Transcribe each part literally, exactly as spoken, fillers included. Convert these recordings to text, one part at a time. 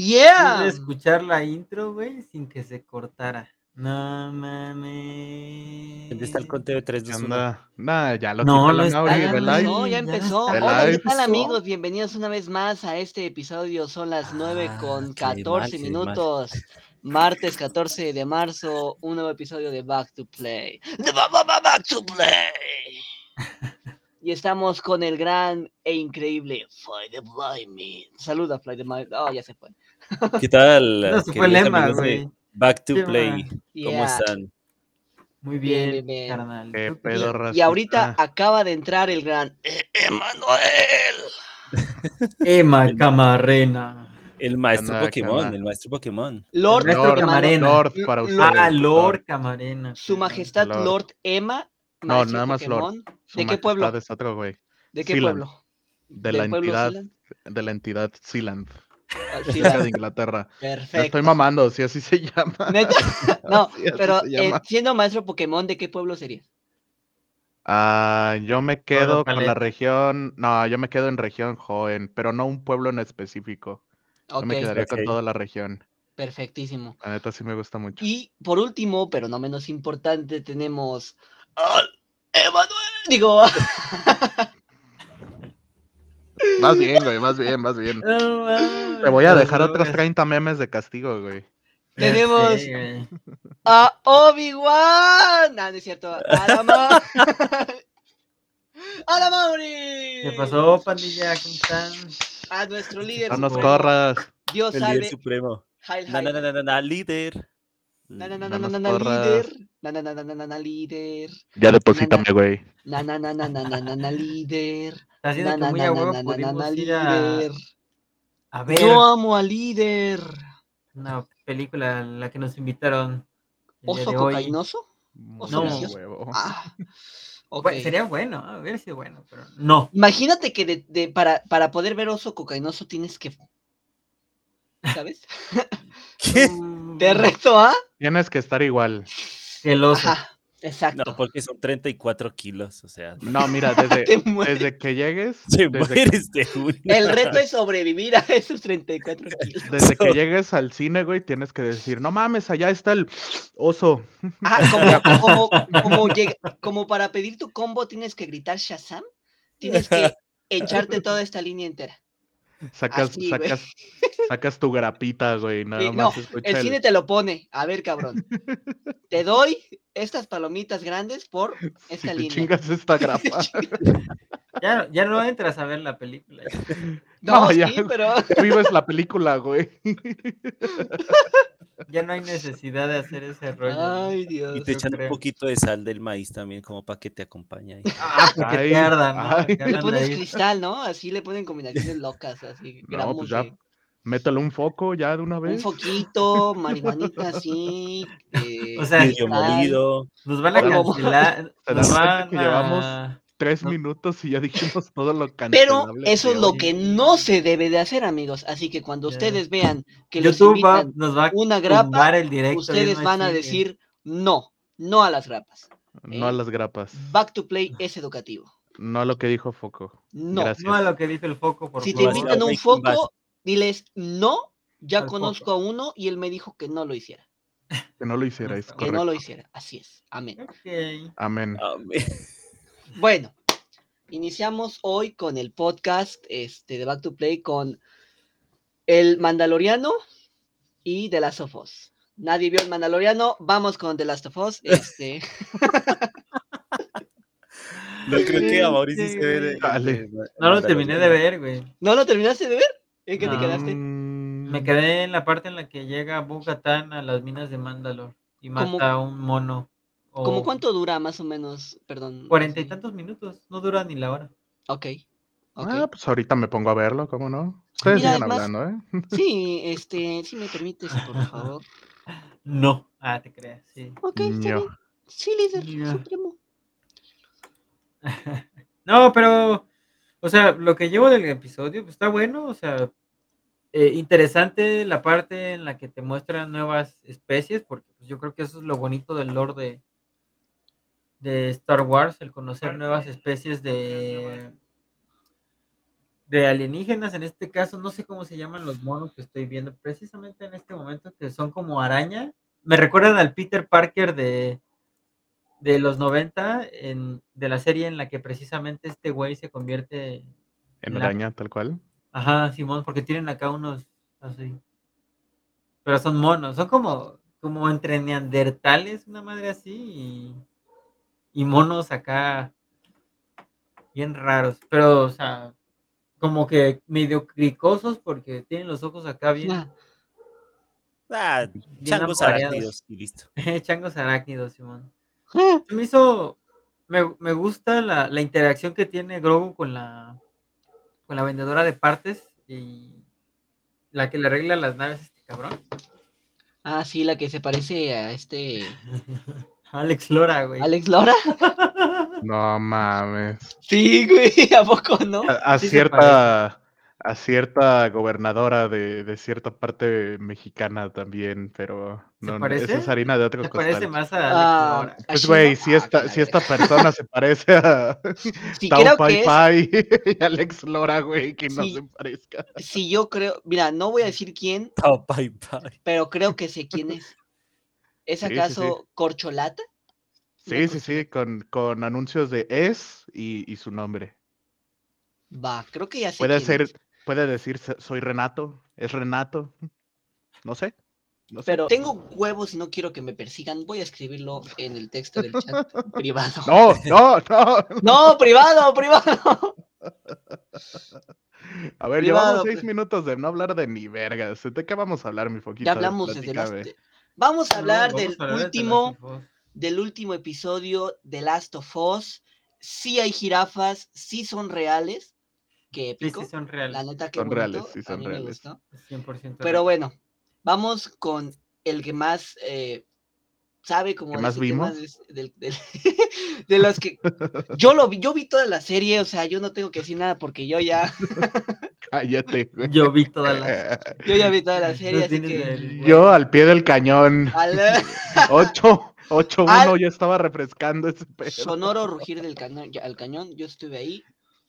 Yeah. Pude escuchar la intro, güey, sin que se cortara. No mames. ¿Dónde está el conteo de tres, ¿Qué dos, uno? onda? Nah, ya lo No, quita lo la está, Mauri Ya de güey. live. empezó, ya ya empezó. está. De Hola, ¿qué live. tal, Empezó. amigos? Bienvenidos una vez más a este episodio. Son las nueve Ah, con qué mal, catorce qué mal. minutos. Martes catorce de marzo, un nuevo episodio de Back to Play. The ba- ba- ba- Back to Play. Y estamos con el gran e increíble Fly the Blind Man. Saluda, Fly the Blind. Oh, ya se fue. ¿Qué tal, No, se fue queridos Lema, amigos de güey. Back to Sí, Play? ma. ¿Cómo Yeah. están? Muy Bien, bien, bien, bien. carnal. Qué ¿Tú qué pedo, tal? Y ahorita racita. acaba de entrar el gran E- Emanuel. Emma El, Camarena. el ¿Qué maestro onda? ¿Qué Pokémon, onda? el maestro Pokémon. El Lord maestro Lord, Emano- Camarena. Lord para Lo- ustedes. Ah, Lord Lord. Camarena. Su carnal. majestad Lord. Lord Emma, No, maestro nada más Lord. Pokémon. Su ¿De qué majestad pueblo? es otro güey. ¿De qué Sealand. pueblo? De ¿Del la pueblo entidad, Sealand? de la entidad Sealand. Ah, Cerca Sealand. de Inglaterra. No estoy Perfecto. mamando, si así se llama. ¿Neta? No, Sí, así pero se eh, llama. siendo maestro Pokémon, ¿de qué pueblo sería? Ah, yo me Juego quedo con la paleta. región. No, yo me quedo en región Joen, pero no un pueblo en específico. Yo Ok, me quedaría con Ok. toda la región. perfectísimo. La neta sí me gusta mucho. Y por último, pero no menos importante, tenemos al Emanuel. Digo, Más bien, güey, más bien, más bien. No mames, Te voy a las dejar otros drogas. treinta memes de castigo, güey. Ya tenemos sé, güey. a Obi-Wan. No, no es cierto. A la ma- ¡A la Mauri! ¿Qué pasó, pandilla? ¿Cómo están? A nuestro líder No nos supremo. corras. Dios El líder salve. supremo. Hail, Na, hail, na, na, hail. na, na, na, líder. Na, na, na, No na, na, nos na, líder. corras. Na, na, na, na, na, na, na, líder. Ya Na, na, deposítame, güey. na, na, na, na, na, na, na, na, líder. Está haciendo Na, que na, muy na, a na, huevo na, na, na, na, pudimos ir líder. a, a ver Yo amo al líder. una película en la que nos invitaron el día ¿Oso de hoy. cocainoso? ¿Oso No. vicioso? huevo. Ah, ok. Bueno, sería bueno, a ver si bueno, pero no. Imagínate que de, de- para, para poder ver oso cocainoso tienes que. ¿Sabes? ¿Qué? Mm, Te reto, ¿ah? Tienes que estar igual. que el oso. Ajá, No, exacto. porque son treinta y cuatro kilos, o sea. No, mira, desde, Te mueres. desde que llegues, Se desde, mueres de una. El reto es sobrevivir a esos treinta y cuatro kilos. desde que llegues al cine, güey, tienes que decir, no mames, allá está el oso. Ah, como, como, como, llega- como para pedir tu combo tienes que gritar Shazam, tienes que echarte toda esta línea entera. Sacas, Así, güey. sacas, sacas tu grapita, güey, nada Sí, más no, escucha el el... cine te lo pone. A ver, cabrón. Te doy estas palomitas grandes por Si esta te línea. chingas esta grapa. Ya, ya no entras a ver la película. ya. No, No, ya, sí, pero. ya vives la película, güey. Ya no hay necesidad de hacer ese rollo. ¿no? Ay, Y Dios. te Yo echan un creo. poquito de sal del maíz también, como para que te acompañe ahí. Ah, porque Ay, te arda, ¿no? ay. Que Le hagan pones ahí. cristal, ¿no? Así le ponen combinaciones locas, así, No, gramos pues ya, de métele un foco ya de una un vez. foquito, marihuanita así, eh, O sea, Vidrio cristal, molido. Nos van a polvo. mo- cancelar. ¿Se Nos dan cuenta van que llevamos a. tres no- minutos y ya dijimos todo lo Pero cancelable eso de es lo hoy? que no se debe de hacer, amigos. Así que cuando Ya. ustedes vean que los YouTube va- invitan nos va a una tumbar grapa, el directo. bien ustedes van a machín, güey. decir no, no a las grapas. No a ¿eh? las grapas. Back to Play es educativo. No a lo que dijo Foco. No. Gracias. No a lo que dice el foco, por Si te No hacia favor. invitan un Breaking Bad. foco, diles no. Ya Al conozco foco. a uno y él me dijo que no lo hiciera. Que no lo hiciera, No es está Que bueno. no correcto. lo hiciera. Así es. Amén. Ok. Amén. Amén. Bueno, iniciamos hoy con el podcast este, de Back to Play con el Mandaloriano y The Last of Us. Nadie vio el Mandaloriano, vamos con The Last of Us. Este, No creo que a Mauricio Este, se ve güey. el Dale. de Ma- No lo terminé de Mandaloriano. ver, güey. ¿no lo terminaste de ver? ¿En qué te No. quedaste? Mm, Me quedé en la parte en la que llega Bo-Katan a las minas de Mandalor y ¿Cómo, mata a un mono. ¿Cómo O cuánto dura más o menos? Perdón. cuarenta y así. tantos minutos. No dura ni la hora. Ok, ok. Ah, pues ahorita me pongo a verlo, ¿cómo no? Ustedes Mira, sigan es más, hablando, ¿eh? sí, este, si me permites, por favor. No. Ah, te creas, sí. Ok, está Ño. bien. Sí, líder Ya. supremo. No, pero, o sea, lo que llevo del episodio pues, está bueno, o sea, eh, interesante la parte en la que te muestran nuevas especies, porque pues, yo creo que eso es lo bonito del lore de, de Star Wars, el conocer nuevas especies de, de alienígenas, en este caso, no sé cómo se llaman los monos que estoy viendo precisamente en este momento, que son como araña. Me recuerdan al Peter Parker de, de los noventa, en, de la serie en la que precisamente este güey se convierte En en la... araña, tal cual. Ajá, Simón, porque tienen acá unos así. Pero son monos, son como, como entre neandertales, una madre así, y, y monos acá bien raros. Pero, o sea, como que medio cricosos porque tienen los ojos acá bien, Ah, bien changos apareados. arácnidos y listo. Changos arácnidos, Simón. Se me hizo, me, me gusta la, la interacción que tiene Grogu con la, con la vendedora de partes y la que le arregla las naves a este cabrón. Ah, sí, la que se parece a este Alex Lora, güey. Alex Lora. No mames. Sí, güey, ¿a poco no? A, a Sí se parece. cierta, a cierta gobernadora de, de cierta parte mexicana también, pero ¿Se no, esa es parece? harina de otro Se parece costal. más a Alex Ah, Lora. ¿a Pues Sheinbaum? güey, si Ah, que esta, la si verga. esta persona se parece a Sí, Tao creo Pai que es. Pai y Alex Lora, güey, que no se Sí, parezca. sí, yo creo. Mira, no voy a decir quién, Tao Pai Pai. pero creo que sé quién es. ¿Es Sí, sí, sí. acaso Corcholata? Una Sí, sí, corcholata. sí, con, con anuncios de es y, y su nombre. Va, creo que ya sé Puede quién ser, es. puede decir "So- soy Renato, es Renato, no sé, no sé. Pero tengo huevos y no quiero que me persigan. Voy a escribirlo en el texto del chat privado. No, no, no. No, privado, privado. A ver, llevamos Privado. seis pri- minutos de no hablar de ni vergas. ¿De qué vamos a hablar, mi Ya foquito? A ver, hablamos desde las. platícame. Vamos a No, hablar vamos del a hablar de The Last último, of Us. del último episodio de Last of Us. Sí hay jirafas, sí son reales. Qué Sí, sí, épico. son La reales. neta, qué Son reales, bonito. sí, A son mí me reales. gustó. cien por ciento Pero reales. bueno, vamos con el que más eh, sabe, como ¿Qué de más ese tema vimos? de, del- del- de los que yo lo vi, yo vi toda la serie, o sea, yo no tengo que decir nada porque yo ya, Cállate, güey. Yo vi todas las. yo ya vi toda la serie, No así tienes que el Yo huevo. al pie del cañón. al, Ocho, ocho al uno, ya estaba refrescando ese pedo. sonoro rugir del cañón, al cañón, yo estuve ahí.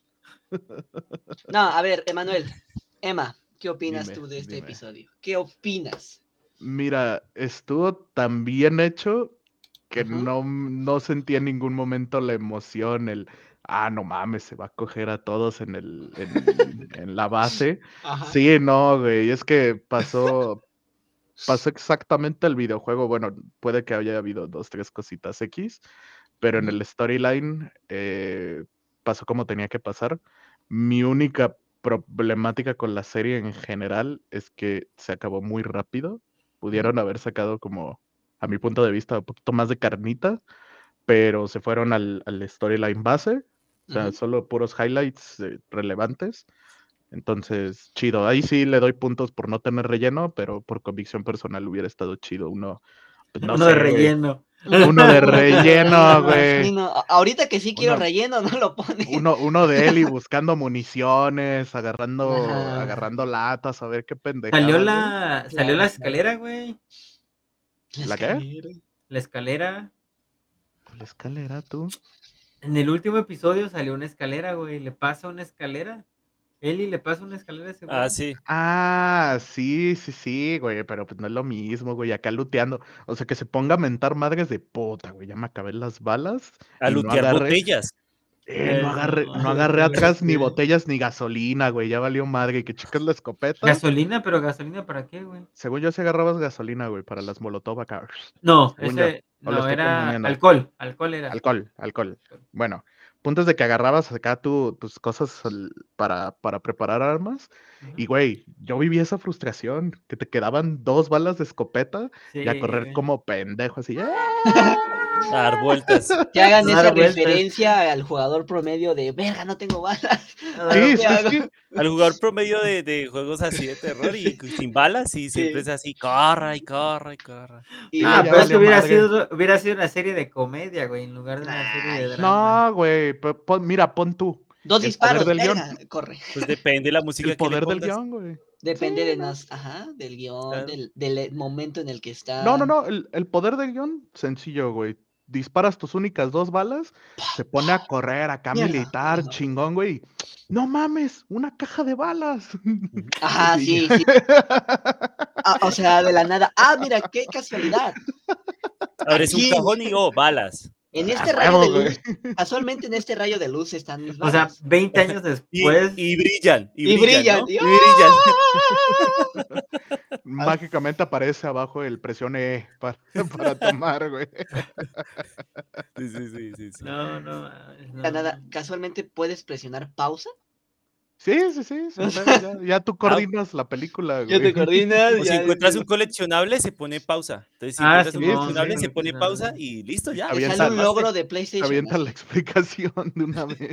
No, a ver, Emanuel, Emma, ¿qué opinas Dime, tú de este dime. episodio? ¿Qué opinas? Mira, estuvo tan bien hecho que Ujú. no, no sentí en ningún momento la emoción, el, ah, no mames, se va a coger a todos en el, en, en la base. Ajá. Sí, no, güey, es que pasó, pasó exactamente el videojuego. Bueno, puede que haya habido dos, tres cositas X, pero en Ujú. el storyline eh, pasó como tenía que pasar. Mi única problemática con la serie en general es que se acabó muy rápido. Pudieron haber sacado como, a mi punto de vista, un poquito más de carnita, pero se fueron al, al storyline base, o sea, Ujú. solo puros highlights eh, relevantes. Entonces, chido. Ahí sí le doy puntos por no tener relleno, pero por convicción personal hubiera estado chido. Uno, pues no Uno de sé, güey. relleno. Uno de Uno que de relleno, relleno, sí, güey. no. a- Ahorita que sí quiero Uno, relleno, no lo ponen. uno, uno de Eli buscando municiones, agarrando, Ajá. agarrando latas, a ver qué Salió pendejadas, güey. la. Salió la Claro, claro. escalera, güey. La ¿La qué? escalera. La escalera. La escalera, tú. En el último episodio salió una escalera, güey. Le pasa una escalera. Eli le pasa una escalera a ese Ah, güey. sí. Ah, sí, sí, sí, güey, pero pues no es lo mismo, güey, acá luteando. O sea, que se ponga a mentar madres de puta, güey, ya me acabé las balas A y no lutear agarré, botellas. eh, no Eso, agarré, no eso agarré fue lo que atrás ni sí. botellas ni gasolina, güey, ya valió madre, y que chicas la escopeta. Gasolina, pero gasolina ¿para qué, güey? Según yo, si agarrabas gasolina, güey, para las molotov acá. No, Según yo, ese. o lo No, estoy era confundiendo. alcohol. Alcohol era. Alcohol, alcohol. Bueno, puntos de que agarrabas acá tu- tus cosas al- para, para preparar armas. Y, Ujú. güey, yo viví esa frustración, que te quedaban dos balas de escopeta y a Sí, correr güey. como pendejo, así. ¡ah! A dar vueltas. Que hagan A esa dar vueltas. referencia al jugador promedio de verga, no tengo balas. A Ahora, dar Sí, ¿qué sí, hago? sí. Al jugador promedio de, de juegos así de terror y sin balas, y siempre Sí. es así, corra y corra y corra. Y Sí, Ah, ya pero es que valió hubiera madre. sido, hubiera sido una serie de comedia, güey, en lugar de una serie de ay, drama. No, güey, pe- pon- mira, pon tú. dos El poder disparos, del guión. verga, corre. Pues depende de la música El que le poder del pongas. guión, güey. Depende Sí, de no. nos, ajá, del guión, Claro. del, del momento en el que No, está. no, no, el, el poder del guión, sencillo, güey. disparas tus únicas dos balas, se pone a correr acá Mierda. militar, chingón, güey. No mames, una caja de balas. Ajá, Y sí, ya. sí. Ah, o sea, de la nada. Ah, mira, qué casualidad. Abres un Aquí, cajón y oh, balas. en A este rayo de huevo, güey. luz, casualmente en este rayo de luz están mis O sea, balas. veinte años Y, después. y brillan, y, Y brillan, brillan. ¿no? y- Y brillan. Mágicamente aparece abajo el presión E para, para tomar, güey. Sí, sí, sí, sí, sí. No, no, mames, De la no. nada, casualmente puedes presionar pausa. Sí, sí, sí, sin pedo, ya, ya tú Ah, coordinas la película, Ya güey. te coordinas, o si ya encuentras dices, un coleccionable, se pone pausa. Entonces, si Ah, encuentras un sí, sí, coleccionable, sí. se pone pausa y listo, ya. Te te sale avientan- un Salvaste. logro de Te PlayStation. avientan la así. explicación de una vez.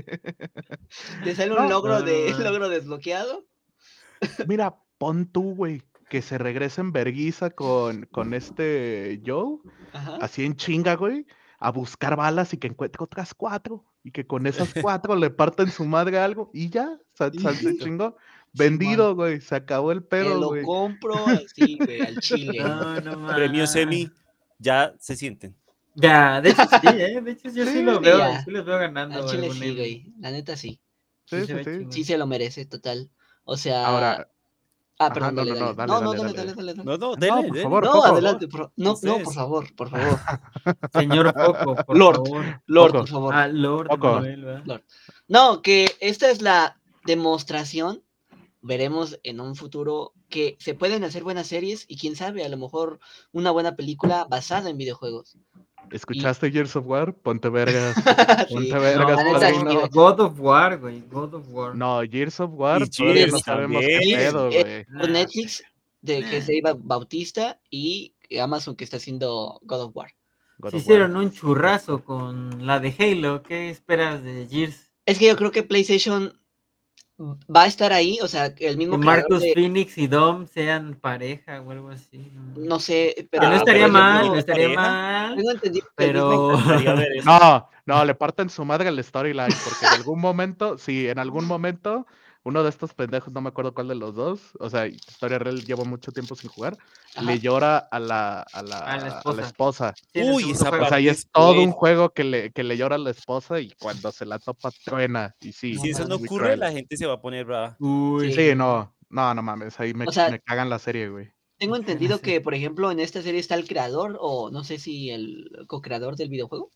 Te sale un No, logro No, de no, no. logro desbloqueado. mira, pon tú, güey, que se regresen verguiza con, con este Joe, Ajá. así en chinga, güey, a buscar balas y que encuentre otras cuatro, y que con esas cuatro le parten su madre algo, y ya, sa- Y sa- se listo. chingó. Vendido, güey, se acabó el Te pedo, lo güey. compro así, güey, al chile. No, no mames. Premios Emmy ya se sienten. Ya, de hecho sí, ¿eh? De hecho yo sí, Sí, lo sí, veo, ya. sí los veo ganando Al chile algún sí, Emmy. güey. La neta sí. Sí Sí, se sí, ve sí. chingón. Sí se lo merece, total. O sea. Ahora, Ah, ajá, perdón, no, dale, no, no, dale. dale, No, no, dale, dale, dale. dale, dale, dale. No, no, No, dele, por dele. favor, No, Coco. adelante, por- no, no, Ustedes. por favor, por favor. Señor Poco, por Lord, favor. Lord, Coco. por favor. Ah, Lord Poco. Manuel, ¿verdad? Lord. No, que esta es la demostración. Veremos en un futuro que se pueden hacer buenas series y quién sabe, a lo mejor una buena película basada en videojuegos. ¿Escuchaste Gears of War? Ponte vergas. Sí, Ponte vergas, la neta sí, padrino. güey. God of War, güey. God of War. No, Gears of War Y todavía Gears no sabemos qué también. pedo, Eh, güey. por Nah, Netflix, de que nah. es Dave Bautista y Amazon que está haciendo God of War. God Se of War. hicieron un churrazo con la de Halo. ¿Qué esperas de Gears? Es que yo creo que PlayStation va a estar ahí, o sea, el mismo Que creador Marcus de, Phoenix y Dom sean pareja o algo así. No, no sé, pero que no Ah, estaría pero por ellos mal, no no ejemplo, estaría pareja. mal, tengo entendido que el Me mismo, pero... encantaría ver eso. No, no, le parten su madre el storyline, porque en algún momento, sí, en algún momento, uno de estos pendejos, no me acuerdo cuál de los dos, o sea, historia real, llevo mucho tiempo sin jugar, ajá, le llora a la, a la, A la a la esposa. esposa. Sí, en el Uy, segundo esa juego. O sea, y parte es es todo un buena. juego que le, que le llora a la esposa y cuando se la topa truena. Y Y sí, si eso no no es muy ocurre, cruel. la gente se va a poner brava. Uy, sí. Sí, no, no, no mames, ahí me, O sea, me cagan la serie, güey. tengo Es que no entendido sé. que, por ejemplo, en esta serie está el creador, o no sé si el co-creador del videojuego,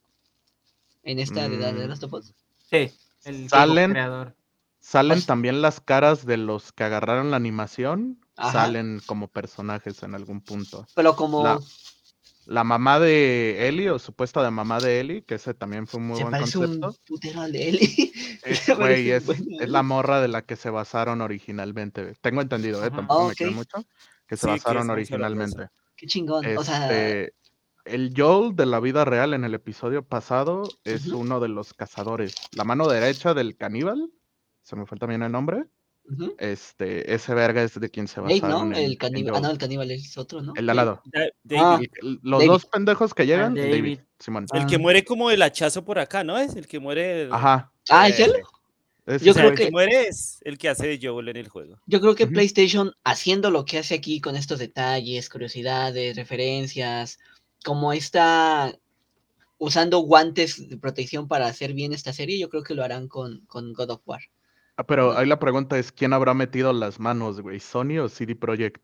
en esta de The Mm, Last of Us. Sí, el salen, creador. salen O sea, también las caras de los que agarraron la animación, ajá, salen como personajes en algún punto. pero como La, la mamá de Ellie, o supuesta de mamá de Ellie, que ese también fue un muy se buen parece un concepto. putero al de Ellie. Eh, Se parece güey, un es, buen a es la Ellie. morra de la que se basaron originalmente. güey. Tengo entendido, eh, Ajá. tampoco Ah, me ok, creo mucho, que se Sí, que basaron estamos hablando de eso. originalmente. qué chingón. O sea, Este, el Joel de la vida real en el episodio pasado es ujú, uno de los cazadores. La mano derecha del caníbal, se me fue también el nombre. ujú. Este, ese verga es de quien se Dave, ¿no? basaron El en, en caníbal. Ah, no, Joel. el caníbal es otro, ¿no? El de al Dave. lado. Da- Ah, David. El- el- los David. dos pendejos que Ah, llegan, David, David. Simón. El Ah, que muere como del hachazo por acá, ¿no es? El que muere. el- Ajá, ah, ¿es él? Ese. ese Yo O sea, creo el güey. que que, muere es el que hace de Joel en el juego. yo creo que Ujú. PlayStation, haciendo lo que hace aquí con estos detalles, curiosidades, referencias, como está usando guantes de protección para hacer bien esta serie, yo creo que lo harán con, con God of War. Ah, pero ¿no? ahí la pregunta es, ¿quién habrá metido las manos, güey? ¿Sony o C D Projekt?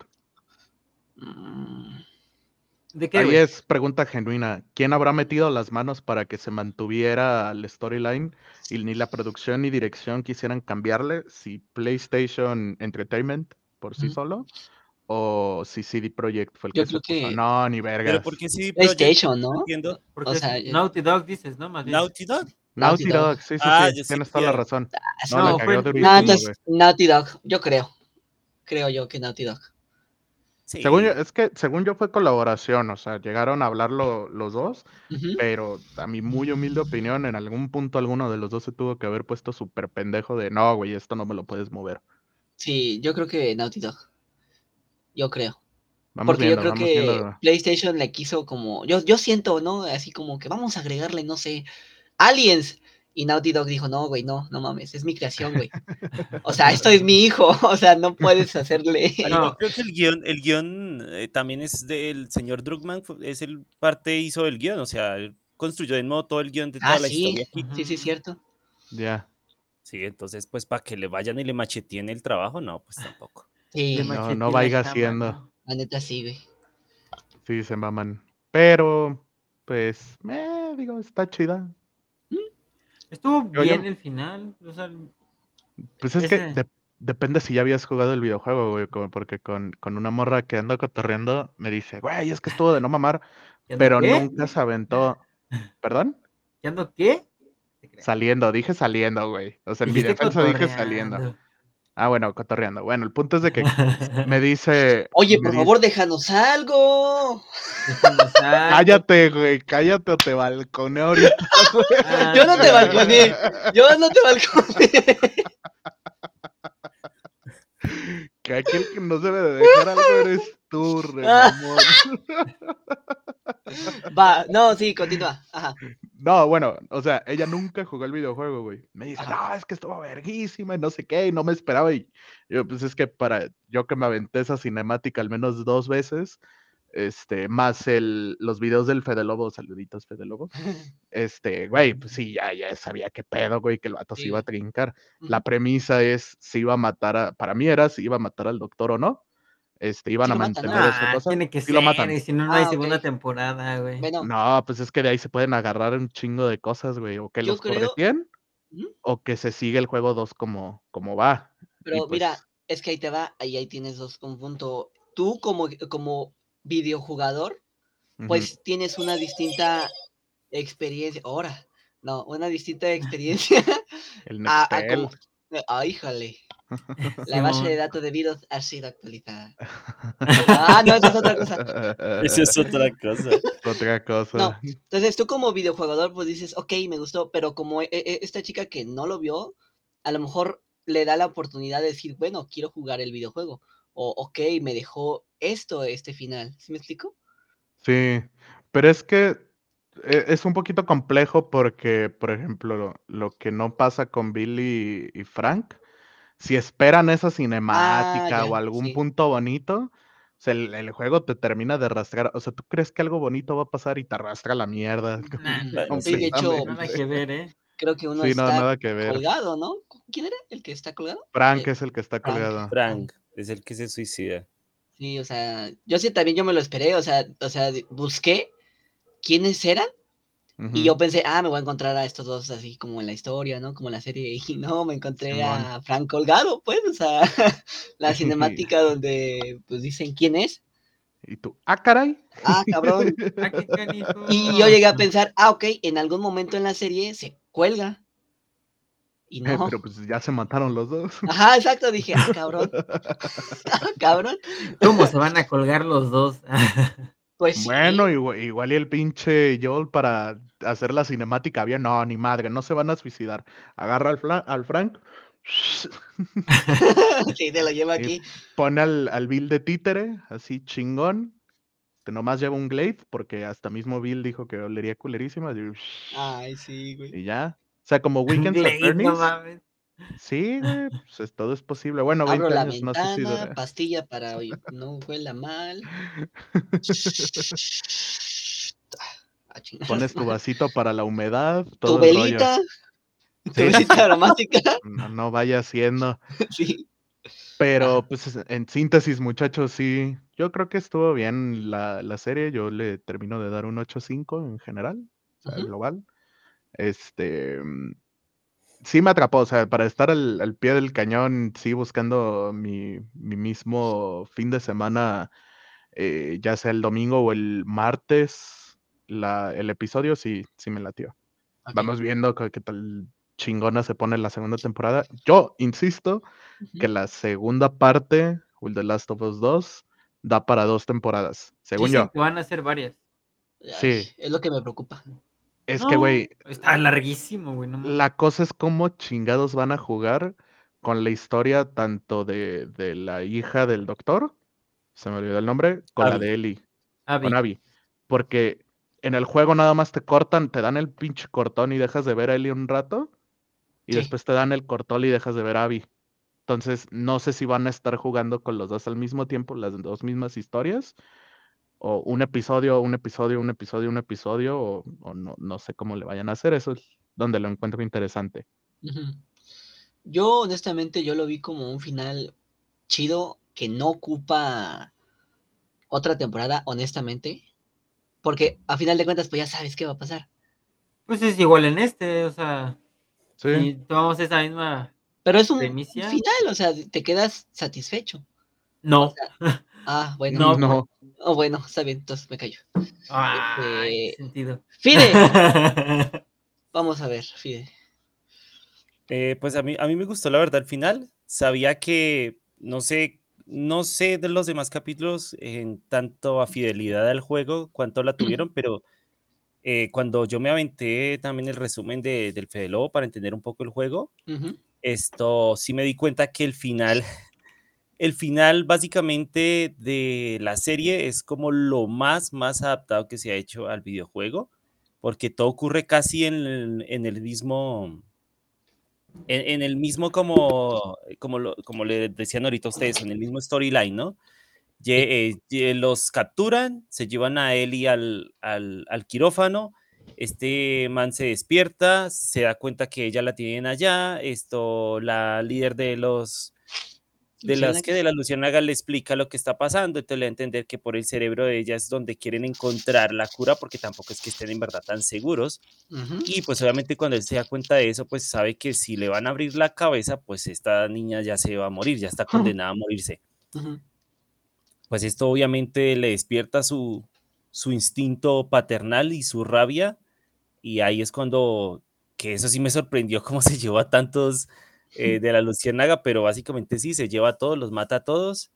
Mm, ¿De qué, Ahí güey? es pregunta genuina. ¿Quién habrá metido las manos para que se mantuviera el storyline y ni la producción ni dirección quisieran cambiarle? Si PlayStation Entertainment por sí ujú. solo o si C D Projekt fue el Yo que se creo puso. que No, ni Pero ¿por vergas. qué C D Projekt? PlayStation, No ¿no? entiendo. Porque O es sea, eh, Naughty Dog, dices, ¿no? Más bien. Naughty Dog. Naughty Naughty Dog. Dog, sí, sí, Ah, sí, yo sí tienes toda la decía. razón. Ah, No, la No, cagó fue Nada, durísimo, Netflix. güey. entonces Naughty Dog, yo creo. Creo yo que Naughty Dog. Según yo, Sí. es que según yo fue colaboración, o sea, llegaron a hablar lo- los dos, Ujú. pero a mi muy humilde opinión, en algún punto alguno de los dos se tuvo que haber puesto súper pendejo de, no, güey, esto no me lo puedes mover. Sí, yo creo que Naughty Dog. Yo creo. Vamos Porque yo viendo, creo vamos que viendo. PlayStation le quiso como. Yo, yo siento, ¿no? Así como que vamos a agregarle, no sé, Aliens. Y Naughty Dog dijo, no, güey, no, no mames, es mi creación, güey. O sea, esto es mi hijo. O sea, no puedes hacerle. Ah, No. igual creo que el guión, el guión eh, también es del señor Druckmann, fu- es el parte hizo el guión, o sea, él construyó de nuevo todo el guión de Ah, toda la sí. historia aquí. Sí, sí, Ujú. cierto. Ya. Sí, entonces, pues, para que le vayan y le macheteen el trabajo, no, pues tampoco. Le Sí, No, no macheteé la vaya chamba, siendo. ¿no? la neta sí, güey. Sí, se maman. Pero, pues, eh, digo, está chida. Estuvo Yo, bien yo, el final. O sea, pues es que ese. de- depende si ya habías jugado el videojuego, güey, como porque con, con una morra que ando cotorreando me dice, güey, es que estuvo de no mamar, ¿Qué ando pero qué? nunca se aventó. ¿Perdón? ¿Qué ando qué? Te creas. Saliendo, dije saliendo, güey. O sea, en mi Dijiste defensa dije saliendo. cotorreando. Ah, bueno, cotorreando. Bueno, el punto es de que me dice, Oye, me por dice, favor, déjanos algo. Déjanos algo. cállate, güey, cállate o te balconeo ahorita, güey. Yo no te Ándale. balconé. Yo no te balconé. Que aquí el que no debe de dejar algo eres tú, re Ah, mamón. va, no, sí, continúa. Ajá, No, bueno, o sea, ella nunca jugó el videojuego, güey. Me dice, ajá. no, es que estuvo verguísima y no sé qué, y no me esperaba. Y yo, pues es que para yo que me aventé esa cinemática al menos dos veces, este, más el, los videos del Fede Lobo, saluditos Fede Lobo, este, güey, pues sí, ya, ya sabía qué pedo, güey, que el vato se Sí, iba a güey. trincar. La Ujú. premisa es si iba a matar a, para mí era si iba a matar al doctor o no. Este, Sí iban a lo mata, ¿no? mantener esa Ah, cosa. tiene que Sí lo ser. matan. Y si no, no hay Ah, ok. segunda temporada, güey. Bueno, No, pues es que de ahí se pueden agarrar un chingo de cosas, güey, o que yo los creo. correteen Ujú. o que se sigue el juego dos como como va. Y Pero mira, pues es que ahí te va, ahí, ahí tienes dos un punto. Tú como, como videojugador, ujú, pues tienes una distinta experiencia. Ahora, no, una distinta experiencia el a, a como. Nextel. Ah, híjole, la base de Simón. datos de virus ha sido actualizada. Ah, no, esa es otra cosa. Eso es otra cosa. Otra No, cosa. entonces tú como videojugador, pues dices, ok, me gustó, pero como e- e- esta chica que no lo vio, a lo mejor le da la oportunidad de decir, bueno, quiero jugar el videojuego. O, ok, me dejó esto, este final. ¿Sí me explico? Sí, pero es que e es un poquito complejo porque, por ejemplo, lo lo que no pasa con Billy y Frank, si esperan esa Ah, cinemática ya, o algún sí. punto bonito, o sea, el el juego te termina de arrastrar, o sea, tú crees que algo bonito va a pasar y te arrastra la mierda Nah, Bueno, Sí, de sí. hecho, nada completamente. que ver, ¿eh? creo que uno Sí, no, está nada que ver. colgado, ¿no? ¿Quién era el que está colgado? Frank Eh, es el que está Frank. colgado. Ah, Frank es el que se suicida. sí, o sea, yo sí también yo me lo esperé, o sea, o sea, busqué quiénes eran. Y Ujú, yo pensé, ah, me voy a encontrar a estos dos así como en la historia, ¿no? Como en la serie. Y no, me encontré simón. a Frank Colgado, pues, o sea, la cinemática donde pues dicen quién es. Y tú, ¡ah, caray! Ah, cabrón. Ah, qué canijo. Y yo llegué a pensar, ah, ok, en algún momento en la serie se cuelga. Y Eh, no. pero pues ya se mataron los dos. Ajá, exacto, dije, ah, cabrón, ah, cabrón. ¿Cómo se van a colgar los dos? Pues Bueno, sí. igua igual y el pinche Joel para hacer la cinemática bien, no, ni madre, no se van a suicidar. Agarra al Fla al Frank Sí, te lo llevo y aquí. pone al al Bill de títere, así chingón, que nomás lleva un glaive, porque hasta mismo Bill dijo que olería culerísima, y Ay, sí, güey. y ya. O sea, como Weekends at Glade, no Bernie's. mames. Sí, güey, pues es todo es posible. Bueno, Abro veinte la años, no sé si ventana, dure. pastilla para oye, no huela mal. A chingar a su Pones tu madre. vasito para la humedad, Tu todo el rollo. velita, tu Sí, sí, velita sí. aromática. No, no vaya siendo. Sí. Pero, Ajá. pues, en síntesis, muchachos, sí, yo creo que estuvo bien la la serie. Yo le termino de dar un ocho cinco en general, o sea, Ujú. global. Este, mm, sí me atrapó, o sea, para estar al al pie del cañón, sí buscando mi mi mismo fin de semana, eh, ya sea el domingo o el martes, la el episodio sí sí me latió. Okey. Vamos viendo qué qué tal chingona se pone la segunda temporada. Yo insisto que Ujú. la segunda parte, o el The Last of Us dos, da para dos temporadas, según Dicen yo. que van a ser varias. Ay, Sí, es lo que me preocupa. es que, No, güey, está larguísimo, güey, no mames. la cosa es cómo chingados van a jugar con la historia tanto de de la hija del doctor, se me olvidó el nombre, con la Abby. de Ellie, con Abby. Abby. Porque en el juego nada más te cortan, te dan el pinche cortón y dejas de ver a Ellie un rato, y Sí. después te dan el cortón y dejas de ver a Abby. Entonces, no sé si van a estar jugando con los dos al mismo tiempo, las dos mismas historias, o un episodio, un episodio, un episodio, un episodio, o, o no, no sé cómo le vayan a hacer. Eso es donde lo encuentro interesante. Ujú. Yo, honestamente, yo lo vi como un final chido que no ocupa otra temporada, honestamente. Porque a final de cuentas, pues ya sabes qué va a pasar. Pues es igual en este, o sea, Sí, si tomamos esa misma Pero es un primicia, final, o sea, te quedas satisfecho. O no, sea, ah, bueno. no, por... no. Oh, bueno, está bien, entonces me callo. Ay, qué Este, sentido. Fide, vamos a ver, Fide. Eh, pues a mí, a mí me gustó la verdad el final. Sabía que, no sé, no sé de los demás capítulos en tanto a fidelidad al juego, cuánto la tuvieron, pero eh, cuando yo me aventé también el resumen de, del Fede Lobo para entender un poco el juego, Ujú. esto sí me di cuenta que el final, el final básicamente de la serie es como lo más, más adaptado que se ha hecho al videojuego, porque todo ocurre casi en el, en el mismo en, en el mismo como, como, lo- como le decían ahorita ustedes, en el mismo storyline, ¿no? Lle- eh, lle- los capturan, se llevan a Ellie al, al, al quirófano, este man se despierta, se da cuenta que ella la tienen allá, esto, la líder de los, de las que de Luciérnagas. la Luciérnagas le explica lo que está pasando, entonces le da a entender que por el cerebro de ella es donde quieren encontrar la cura, porque tampoco es que estén en verdad tan seguros. Ujú. Y pues obviamente cuando él se da cuenta de eso, pues sabe que si le van a abrir la cabeza, pues esta niña ya se va a morir, ya está condenada a morirse. Ujú. Pues esto obviamente le despierta su, su instinto paternal y su rabia, y ahí es cuando, que eso sí me sorprendió cómo se llevó a tantos eh, de la Luciérnaga, pero básicamente sí, se lleva a todos, los mata a todos,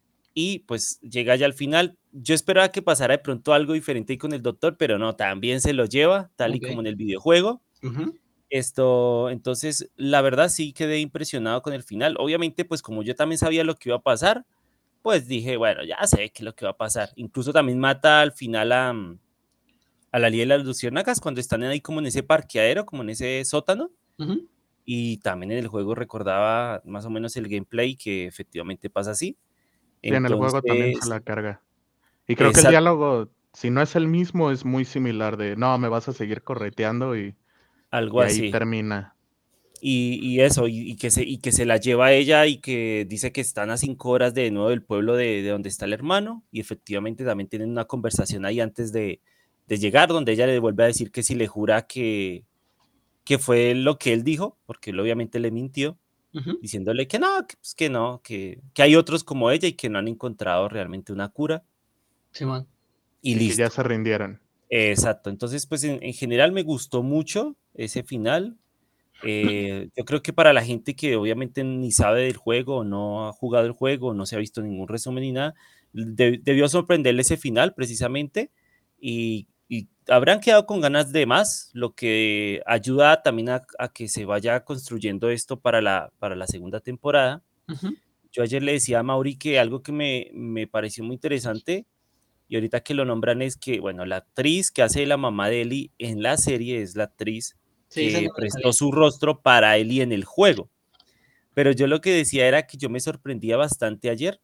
y pues llega ya al final. Yo esperaba que pasara de pronto algo diferente ahí con el doctor, pero no, también se lo lleva, tal y Ok. como en el videojuego. Ujú. Esto, entonces, la verdad sí quedé impresionado con el final. Obviamente, pues como yo también sabía lo que iba a pasar, pues dije, bueno, ya sé qué es lo que va a pasar. Incluso también mata al final a, mm, a la Liga de las Luciérnagas cuando están ahí como en ese parqueadero, como en ese sótano. Ujú. Y también en el juego recordaba más o menos el gameplay que efectivamente pasa así. Sí, en el juego también se Entonces, la carga. Y creo que el exacto, diálogo, si no es el mismo, es muy similar de, no, me vas a seguir correteando y, algo y ahí así. termina. Y, y eso, y, y que se, y que se la lleva a ella y que dice que están a cinco horas de nuevo del pueblo de, de donde está el hermano. Y efectivamente también tienen una conversación ahí antes de, de llegar, donde ella le vuelve a decir que si le jura que, que fue lo que él dijo, porque él obviamente le mintió, Ujú. diciéndole que no, que, pues, que no, que, que hay otros como ella y que no han encontrado realmente una cura. Simón. Y Y que ya listo. se rindieron. Exacto. Entonces, pues en, en general me gustó mucho ese final. Eh, yo creo que para la gente que obviamente ni sabe del juego, o no ha jugado el juego, o no se ha visto ningún resumen ni nada, de- debió sorprenderle ese final precisamente y, y habrán quedado con ganas de más, lo que ayuda también a, a que se vaya construyendo esto para la, para la segunda temporada. Ujú. Yo ayer le decía a Mauri que algo que me, me pareció muy interesante y ahorita que lo nombran es que, bueno, la actriz que hace de la mamá de Ellie en la serie es la actriz Sí, esa no que me la prestó sabía. su rostro para Ellie en el juego. Pero yo lo que decía era que yo me sorprendía bastante ayer,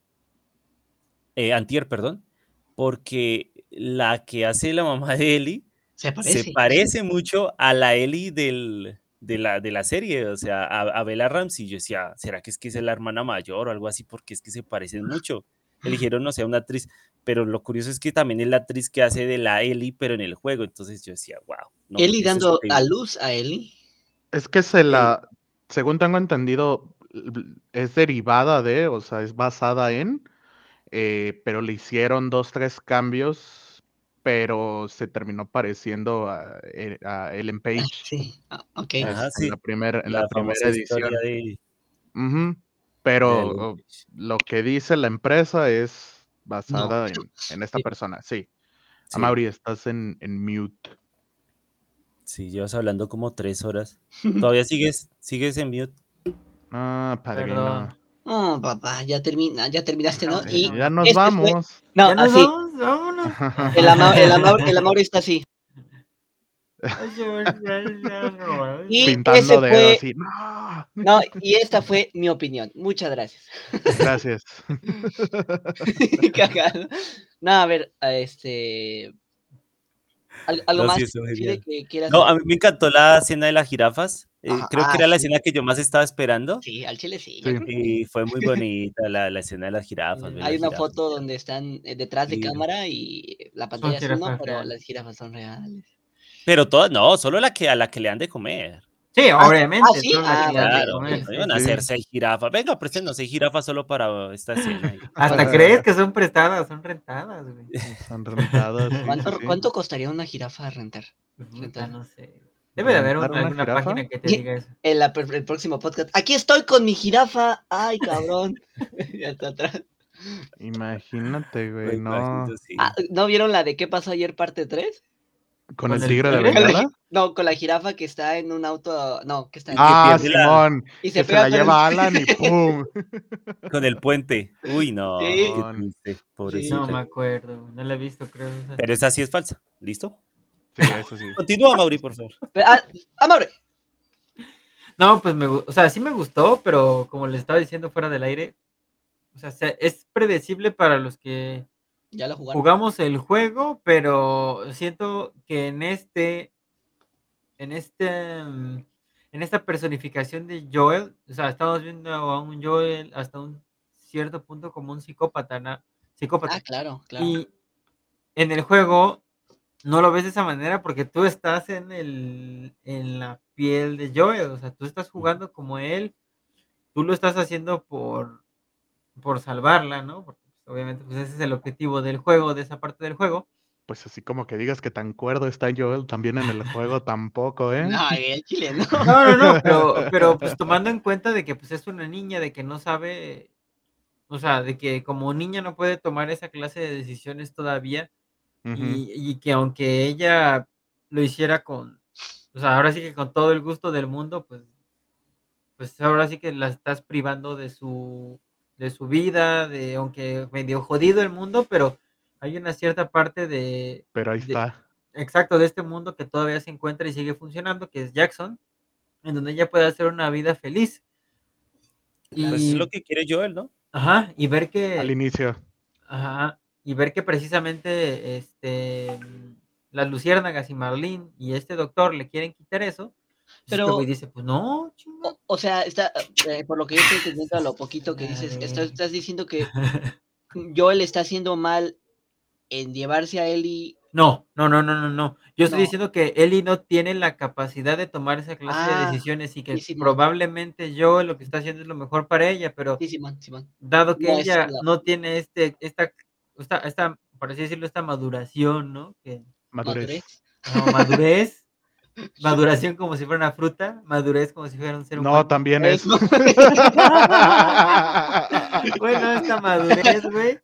eh, antier, perdón, porque la que hace la mamá de Ellie Se se parece. parece mucho a la Ellie del, de, la, de la serie, o sea, a, a Bella Ramsey. Yo decía, ¿será que es que es la hermana mayor o algo así? Porque es que se parecen mucho. Eligieron, no sé, una actriz, pero lo curioso es que también es la actriz que hace de la Ellie, pero en el juego. Entonces yo decía, wow, no, Eli esto es dando a increíble. luz a Eli. Es que se El- la, según tengo entendido, l- es derivada de, o sea, es basada en, eh, pero le hicieron dos, tres cambios, pero se terminó pareciendo a, eh, a Ellen Ah, Page, sí, ah, ok. Ajá, es, en la sí, primera, en la la primera famosa historia edición. de, Ujú. de Pero Ellen oh, Page. lo que dice la empresa es No. basada en, en esta Sí. persona, sí. Sí. Amaury, estás en, en mute. Sí, llevas hablando como tres horas. ¿Todavía sigues, sigues en mute? Ah, Perdón. padrino. Oh, papá, ya termina, ya terminaste, ¿no? Déjame, Eh, Y déjame. ya nos este fue. vamos. No, ¿Ya nos así. vamos? Vámonos. El amor, el amor, el amor está así. Y ese Pintando dedos fue, así. ¡No! no, y esta fue mi opinión. Muchas gracias. Gracias. Cagado. No, a ver, a este, ¿al- ¿algo No, más sí, eso es Fide, genial. que quieras No, a agregar? mí me encantó la escena de las jirafas. eh, Ajá, creo que ah, era la sí, escena que yo más estaba esperando. sí, al chile sí, yo Sí. creo que Y fue muy bonita la, la escena de las jirafas, ver hay las una jirafas. foto donde están eh, detrás de Sí. cámara y la Son pantalla azul, no, jirafas pero reales. las jirafas son reales. Pero todas, no, solo la que a la que le han de comer. Sí, Ah, ah, obviamente, ¿sí? son las Ah, que han bueno, de Claro, ok, comer, no ok. iban sí, a sí. hacer seis jirafas. Venga, préstenos seis jirafas solo para esta escena. y- Hasta crees que son prestadas, son rentadas, güey. Están rentadas, sí, sí, ¿Cuánto, sí. ¿Cuánto costaría una jirafa rentar? Puta, rentar? no sé. Debe de haber ¿Rentar una, una alguna jirafa? página que te diga eso. En la, per- el próximo podcast. Aquí estoy con mi jirafa. Ay, cabrón. Ya está atrás. Imagínate, Me güey, no. imagino, sí. Ah, ¿no vieron la de qué pasó ayer parte tres? ¿Con ¿Con el el tigre de tigre? Con la Bengala? ji- no, con la jirafa que está en un auto. No, que está Y en. que Ah, pierde la Simón, Y que se se pega la con el. lleva Alan y ¡pum! con el puente. Uy, no, qué Sí, Simón. triste, sí. No pobrecita. me acuerdo, güey, no la he visto, creo. esa. Pero esa sí es falsa. ¿Listo? Sí, eso sí. Continúa, Mauri, por favor. Pero, ah, amable. No, pues me, gu- o sea, sí me gustó, pero como les estaba diciendo fuera del aire, o sea, se- es predecible para los que Ya lo jugaron. jugamos el juego, pero siento que en este, en este, mm, en esta personificación de Joel, o sea, estamos viendo a un Joel hasta un cierto punto como un psicópata, ¿no? Ah, Psicópata. claro, claro. Y en el juego no lo ves de esa manera porque tú estás en el, en la piel de Joel, o sea, tú estás jugando como él, tú lo estás haciendo por, por salvarla, ¿no? Porque pues, obviamente pues ese es el objetivo del juego, de esa parte del juego. Pues así como que digas que tan cuerdo está Joel también en el juego tampoco, ¿eh? No, el chile no. No, no, no, pero, pero pues tomando en cuenta de que pues es una niña, de que no sabe, o sea, de que como niña no puede tomar esa clase de decisiones todavía Ujú. y, y que aunque ella lo hiciera con, o sea, ahora sí que con todo el gusto del mundo, pues, pues ahora sí que la estás privando de su, de su vida, de aunque medio jodido el mundo, pero hay una cierta parte de, Pero ahí de está. exacto, de este mundo que todavía se encuentra y sigue funcionando, que es Jackson, en donde ella puede hacer una vida feliz. Claro. Pues es lo Y, que quiere Joel, ¿no? ajá, y ver Al que, inicio. ajá, y ver que precisamente este, mm, las luciérnagas y Marlene y este doctor le quieren quitar eso, pues este Pero, güey dice, pues no, chinga. o, o sea, está, eh, por lo que yo estoy entendiendo a lo poquito que La dices, verga. estás, estás diciendo que Joel está haciendo mal en llevarse a Ellie. No, no, no, no, no, no. Yo estoy No. diciendo que Ellie no tiene la capacidad de tomar esa clase de Ah, decisiones y que sí, Simón. probablemente yo lo que está haciendo es lo mejor para ella, pero Sí, Simón, Simón. dado que No es ella la- no tiene este, esta, esta, esta, por así decirlo, esta maduración, ¿no? Que, Madurez. no, madurez, maduración como si fuera una fruta, madurez como si fuera un ser No, humano. también Es- es. Bueno, esta madurez, güey.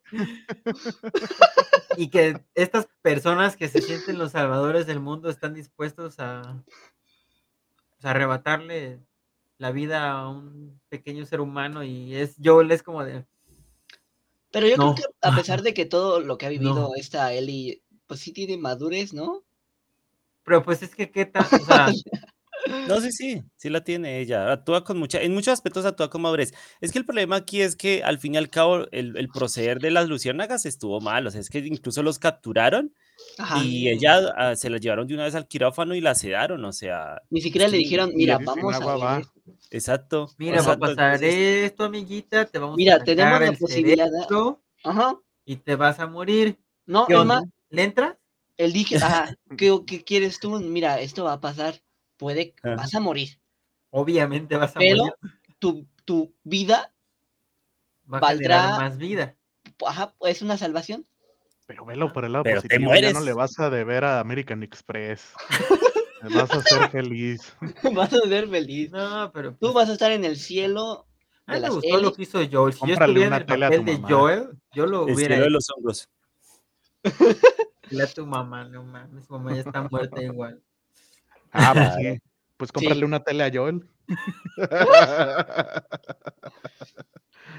Y que estas personas que se sienten los salvadores del mundo están dispuestos a, pues, a arrebatarle la vida a un pequeño ser humano y es Joel es como de Pero yo no, creo que a pesar de que todo lo que ha vivido no. esta Ellie, pues sí tiene madurez, ¿no? Pero pues es que qué tan, o sea, No, sí, sí, sí la tiene ella. Actúa con mucha, en muchos aspectos actúa con madurez. Es que el problema aquí es que al fin y al cabo el, el proceder de las luciérnagas estuvo mal. O sea, es que incluso los capturaron Ajá. y ella ah, se las llevaron de una vez al quirófano y la sedaron. O sea, Ni es siquiera que le ni- dijeron, ni mira, le- Sí, sin vamos a agua ver va. esto. exacto, mira, va a exacto. pasar Entonces, esto, amiguita, te vamos Mira, a tenemos sacar la el posibilidad. cerebro Ajá. y te vas a morir. No, ¿Qué es onda? más, ¿Le entras? él dije, ah, ¿qué, qué quieres tú? Mira, esto va a pasar. Puede, ajá. vas a morir. Obviamente vas a Pero morir. tu, tu vida Va a generar valdrá, más vida. ajá, es una salvación. Pero velo por el lado Pero te positivo, ya no le mueres. vas a deber a American Express. Te vas a hacer feliz. Vas a ser feliz. No, pero Tú pues vas a estar en el cielo a de mí me las gustó lo Ellie. que hizo Joel. Si yo Cómprale estuviera en una el tele a tu papel de mamá. Joel, yo lo El hubiera cielo de hecho. los hongos. Dile a tu mamá, no mames, su mamá ya está muerta igual. Ah, pues Claro. sí. Pues cómprale Sí. una tele a Joel.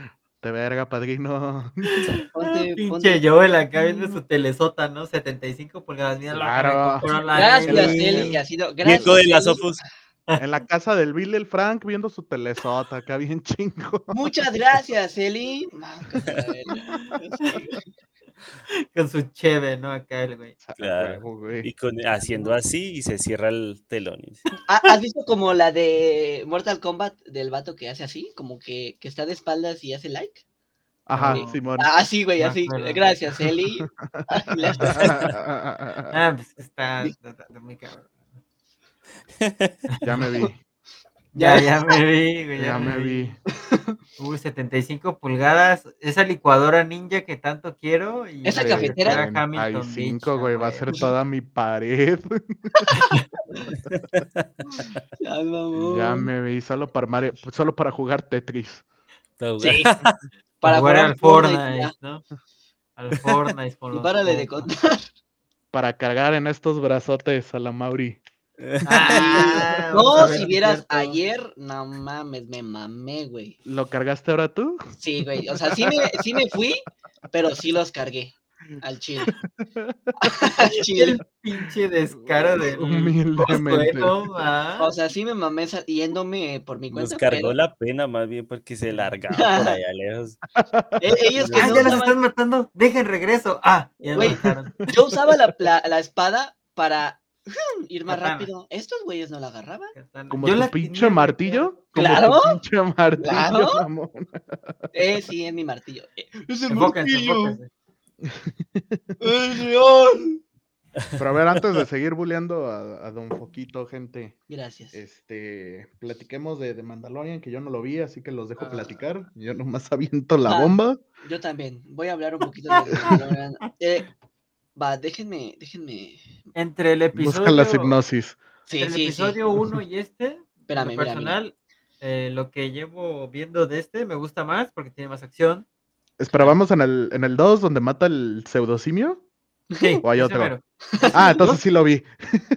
Ponte verga, padrino. Ponte, Pinche ponte. Joel acá viendo su telesota, ¿no? setenta y cinco pulgadas. Mira lo que me Claro. compró la Gracias, Eli. Eli. Ha sido. Nieto Gracias, de las Eli. Opus. En la casa del Bill y el Frank viendo su telesota, acá bien chingo. Muchas gracias, Eli. Máncate la verga. Sí, Con su cheve, ¿no? Acá el güey. A Claro. huevo, güey. Y con, haciendo así y se cierra el telón. y- ¿Ha- ¿Has visto como la de Mortal Kombat del vato que hace así? Como que, que está de espaldas y hace like. Ajá, No. Simón. Ah, así, güey, Me así. acuerdo. Gracias, Eli. Y le hace así. Ah, pues está, está- está muy cabrón. Ya me vi, Ya, Ya. ya me vi, güey. ya me vi. Uy, setenta y cinco pulgadas. Esa licuadora ninja que tanto quiero. Y ¿Esa la cafetera? carretera Hamilton setenta y cinco, Beach. güey, ah, va a güey. ser toda mi pared. Ya, Ya mamón. me vi solo para Mario- solo para jugar Tetris. Sí. Para Para jugar jugar al Fortnite, Fortnite, ya. ¿no? Al Fortnite con Y los párale de compas. contar. Para cargar en estos brazotes a la Mauri. Ah, vamos a No, ver si es vieras cierto. ayer, no mames, me mamé, güey. ¿Lo cargaste ahora tú? Sí, güey. O sea, sí me, sí me fui, pero sí los cargué. Al chile. Al chile. El pinche descaro del Humildemente. Josué, ¿no? Ah, O sea, sí me mamé sa- yéndome por mi Nos cuenta, cargó pero la pena más bien porque se largaba por allá lejos. e- ellos que Ah, no ya los usaban, están matando. Dejen regreso. Ah, ya lo güey, dejaron. yo usaba la, la, la espada para ir más Katana. rápido. Estos güeyes no la agarraban. Katana. Como Yo tu la pinche tenía, güey, martillo. Como Claro, tu pinche martillo, claro. mamón. Eh, sí, es mi martillo. Eh, es el Enfóquense, martillo. enfóquense. Es real. Pero a ver, antes de seguir bulleando a, a Don Foquito, gente, Gracias. este, platiquemos de, de Mandalorian, que yo no lo vi, así que los dejo Ah. platicar. Yo nomás aviento la Ah. bomba. Yo también. Voy a hablar un poquito de Mandalorian. Eh, va, déjenme, déjenme. Entre el Busca las episodio, hipnosis. Sí, entre el sí, sí. episodio uno y este, en Espérame, lo mira, mira. personal, eh, lo que llevo viendo de este me gusta más porque tiene más acción. Espera, ¿vamos en el, en el dos donde mata el pseudosimio? Sí, ¿O hay ese otro? mero. Ah, entonces sí lo vi.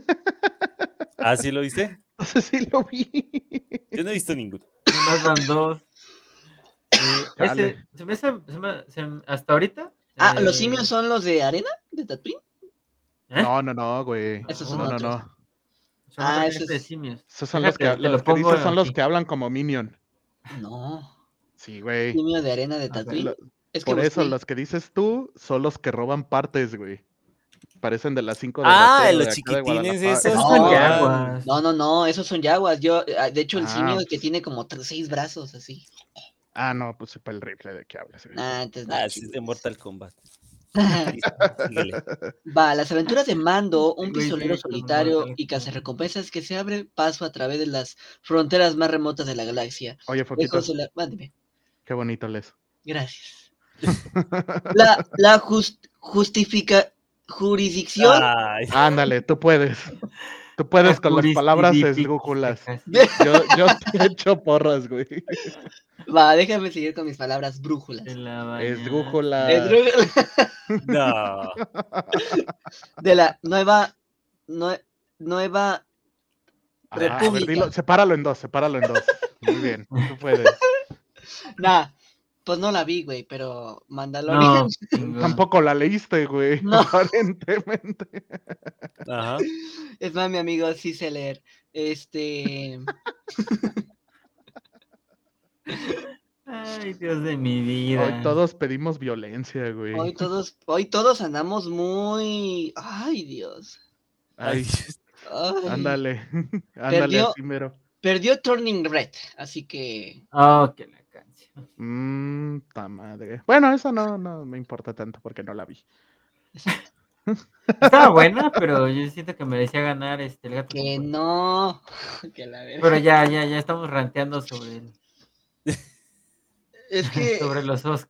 ¿Ah, sí lo viste? Entonces sí lo vi. Yo no he visto ninguno. Nomás van dos. Eh, Chale. ese, se me hace, se me- se me- hasta ahorita. Ah, ¿los eh, simios son los de arena? ¿De Tatooine? ¿eh? No, no, no, güey. Esos No, son no, otros. no. Son Ah, otra ese clase de es- simios. Esos son los que, Déjate, te los lo que pongo dices son los aquí. que hablan como Minion. No. Sí, güey. Simio de arena de A ver, Tatooine. Lo- Es que Por eso, busqué. los que dices tú son los que roban partes, güey. Parecen de las cinco de Ah, ratero los de acá de chiquitines Guadalajara. esos Esos que son No. juegan. yaguas. No, no, no, esos son yaguas. Yo, ah, de hecho, el Ah, simio que pues- tiene como tres, seis brazos así. Ah, no, pues sepa el rifle de qué hablas, güey. Nah, entonces Ah, nada. ese es de Mortal Kombat. Síguele. Va, las aventuras de Mando, un Este güey pistolero sigue con solitario Mortal y Kombat. cazarrecompensas que se abre paso a través de las fronteras más remotas de la galaxia. Oye, Foquito, Lejos de la... Mándeme. qué bonito les. Gracias. La, la jus- justifica jurisdicción Ay, Ándale, tú puedes. Tú puedes con las palabras esdrújulas. de... Yo, yo te echo porras, güey. Va, déjame seguir con mis palabras brújulas. Te la bañaste. Esdrújulas. Esdrújula- no. De la nueva... nue- nueva... Ajá, a ver, República. dilo, sepáralo en dos, sepáralo en dos. Muy bien, tú puedes. Nah, pues no la vi, güey, pero Mandalorian... No, chingón. Tampoco la leíste, güey, No. aparentemente. Ajá. Es más, mi amigo sí sé leer. Este... Ay, Dios de mi vida. Hoy todos pedimos violencia, güey. Hoy todos, hoy todos andamos muy... Ay, Dios. Ay, Ay, Ay. ándale, ándale Perdió- así mero. Perdió Turning Red, así que... Oh, que la canción. Mmm, ta madre. Bueno, eso no, no me importa tanto porque no la vi. Estaba buena, pero yo siento que merecía ganar este el gato. con Que botas. no. Que la verga. Pero ya, ya, ya estamos ranteando sobre el, Es que... sobre los Oscars.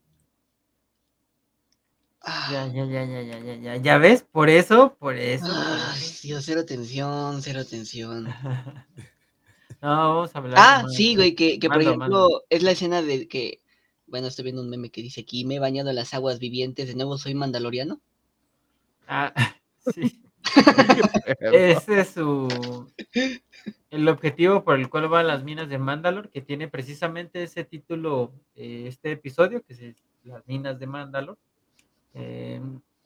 Ah, Ya, ya, ya, ya, ya, ya, ya. ¿Ya ves? Por eso, por eso, por Ay, eso. Dios, cero tensión, cero tensión. No, vamos a hablar. Ah, más. sí, güey, que, que por Mando, ejemplo, mando. es la escena de que... Bueno, estoy viendo un meme que dice aquí, me he bañado en las aguas vivientes, de nuevo soy mandaloriano. Ah, sí. Qué pedo. Ese es su. El objetivo por el cual van las minas de Mandalor, que tiene precisamente ese título, eh, este episodio, que es las minas de Mandalor, eh,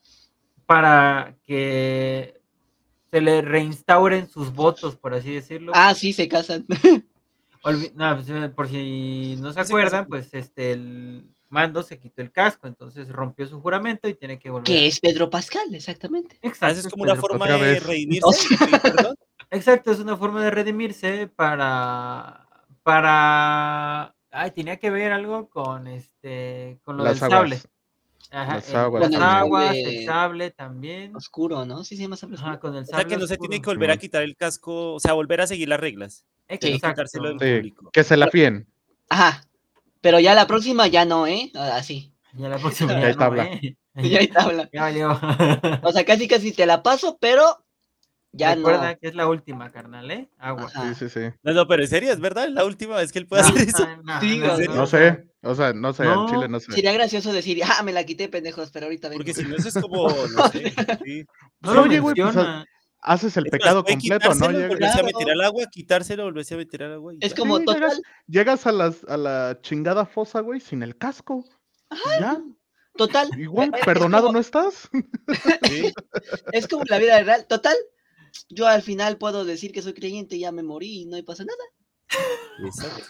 para que se le reinstauren sus votos, por así decirlo. Ah, sí, se casan. Olvi- no, pues, eh, por si no se Sí se acuerdan, casan. pues este el Mando se quitó el casco, entonces rompió su juramento y tiene que volver. Que a- es Pedro Pascal, exactamente. Ah, Exacto, eso es es como una Pedro forma Otra de vez. redimirse O y sea- pedir perdón. Exacto, es una forma de redimirse para, para, ay, tenía que ver algo con este, con lo Las del sable. aguas. Ajá, Las el- aguas las Con el también. aguas, el sable sable también. oscuro, ¿no? Sí se llama sable Ajá, oscuro. con el O sea sable que no se tiene oscuro. que volver a Simón. quitar el casco, o sea, volver a seguir las reglas, de no quitárselo en Exacto. Sí, público. que se la fíen. Ajá. Pero ya la próxima ya no, ¿eh? Así. Ya la próxima Ya ya hay no, tabla. ¿eh? Ya ahí habla. Ya valió. O sea, casi casi te la paso, pero ya Recuerda no. que es la última, carnal, ¿eh? Agua. Sí, Ajá. sí, sí. No, no, pero en serio, es verdad, es la última vez que él puede No, hacer eso. no, Sí, no, o no, no. No o sea, sé, o sea, no sé, al no, chile no sé. Sería gracioso decir, ah, me la quité, pendejos, pero ahorita vengo. Porque si no, eso es como, no sé, sí. no Sí, lo oye, güey, pues ha- menciona. haces el Es más, pecado puede completo, ¿no? quitárselo, Llega- volverse a Claro. meter al agua, quitárselo, volverse a meter al agua y Es ya. como Sí, total. llegas, llegas a las, a la chingada fosa, güey, sin el casco. Y ya, Total. igual, Es, es perdonado como, no estás. Sí, es como la vida real. Total. Yo al final puedo decir que soy creyente y ya me morí y no pasa nada. exacto.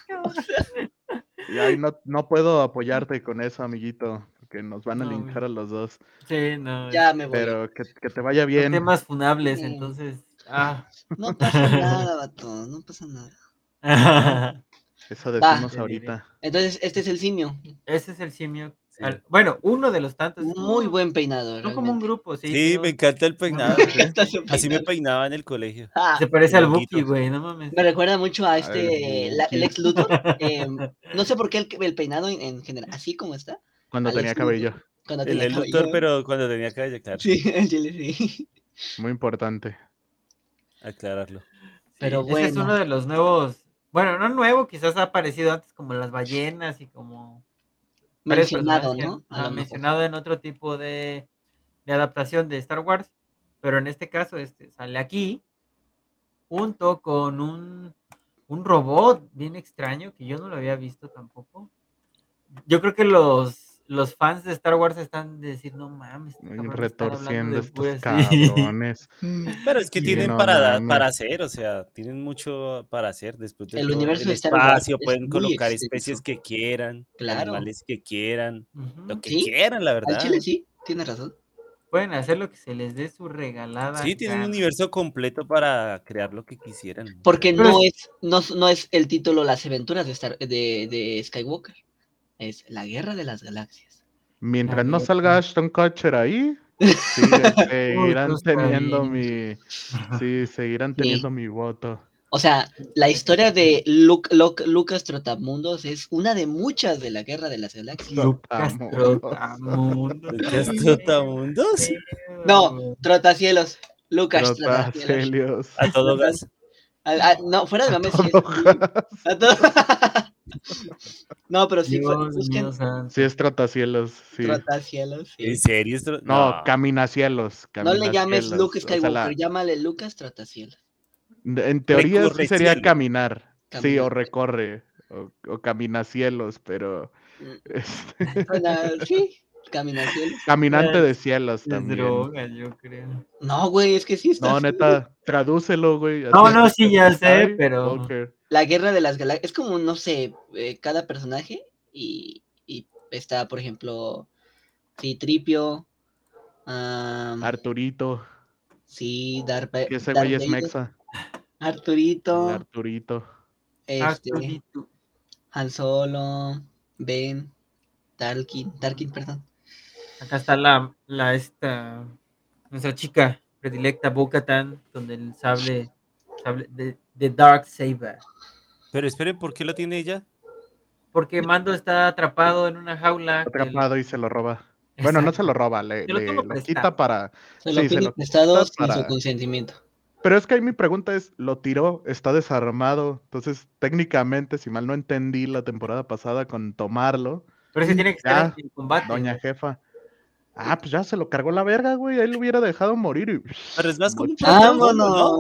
Y ahí no, no puedo apoyarte con eso, amiguito, porque nos van a No, linchar güey. a los dos. Sí, no, Ya este, me voy. Pero que, que te vaya son bien. temas funables, Sí. entonces. Ah. No pasa nada, vato. No pasa nada. Eso Va. decimos Te diré. ahorita. Entonces, este es el simio. Ese es el simio. Sí. al- Bueno, uno de los tantos. es Muy como- buen peinado, Son como un realmente. grupo, sí. Sí, tiene me un- encanta el peinado. Sí, sí. Está su Así me peinado. peinaba en el colegio. Ah, Se parece el al Buki, honguito. güey, no mames. me recuerda mucho a Ah, este, el la- el Buki. ex Luthor. eh, no sé por qué el, el peinado en, en general, así como está. Cuando al tenía ex Luthor, cabello. Cuando El tenía el Luthor, cabello. pero cuando tenía cabello, claro, Sí, en Chile sí. Muy importante. aclararlo. Sí, Pero ese es bueno. uno de los nuevos. Bueno, no nuevo, quizás ha aparecido antes como las ballenas y como varios Mencionado, personajes que ¿no? han, A lo han mejor. mencionado en otro tipo de, de adaptación de Star Wars, pero en este caso este sale aquí junto con un, un robot bien extraño que yo no lo había visto tampoco. Yo creo que los, los fans de Star Wars están de decir, no mames, este Muy cabrón me están hablando retorciendo de estos puras. Sí. cabrones. Pero es que Sí, tienen no para, da- mames. para hacer, o sea, tienen mucho para hacer después de El todo. universo El de Star Wars espacio, es pueden muy colocar extenso. especies que quieran, Claro. animales que quieran, Ujú. lo que Sí, quieran, la Al verdad. Chile sí, tienes razón. Pueden hacer lo que se les dé su regalada Sí, tienen un gana. universo completo para crear lo que quisieran. Porque Pero no es- es, no, no es el título Las aventuras de, Star, de, de Skywalker. Es La Guerra de las Galaxias. Mientras La no neta. salga Ashton Kutcher ahí, sigue- Uy, seguirán todo está teniendo bien. mi. Sí, seguirán teniendo mi voto. O sea, la historia de Luke, Luke- Lucas Trotamundos es una de muchas de la Guerra de las Galaxias. Lucas Trotamundos. Trotamundos. ¿Lucas Trotamundos? No, Trotacielos. Lucas Trotacielos. Trotacelios. A todo gas. A- a- no, fuera de A mames, sí es todo así. gas. A todo- No, pero sí, fue, Dios busquen mío santo. Sí, es Trotacielos, sí. Trotacielos, sí. ¿En serio? Esto- No, No. caminacielos. No le llames caminacielos. Luke O sea, Skywalker, la- llámale Lucas Trotacielos. en teoría sí sería Recorrecielo. caminar. Sí, Caminar. o recorre. O, o caminacielos, pero. Mm, este, suena- sí, caminacielos. Caminante Es- de cielos Es también. droga, yo creo. No, güey, es que sí está. No, neta, tradúcelo, güey. No, así no, de sí, que, ya sé, "Ay, pero. Walker". La Guerra de las Galaxias. Es como, no sé, eh, cada personaje y, y está, por ejemplo, Citripio, um, Arturito. sí, Darth, Va- Que ese Darth güey es Vader, mexa. El Arturito, Arturito. este, Arturito. Han Solo, Ben, Tarkin, Tarkin, perdón. Acá está la, la esta, nuestra chica predilecta, Bo-Katan, con el sable, sable de, de Dark Saber. Pero esperen, ¿por qué lo tiene ella? Porque Mando está atrapado en una jaula. que el- Atrapado y se lo roba. Bueno, no se Exacto. lo roba, le, Se lo le- toma lo prestado. quita para. Se lo Sí, se pide lo prestado quita sin su para. consentimiento. Pero es que ahí mi pregunta es, lo tiró, está desarmado. Entonces, técnicamente, si mal no entendí la temporada pasada con tomarlo, Pero ese tiene que estar ya, en, en combate. doña güey. jefa. Ah, pues ya se lo cargó la verga, güey. Ahí lo hubiera dejado morir y. Pero es más como un Mochado. protocolo, ¿no? ¡Vámonos!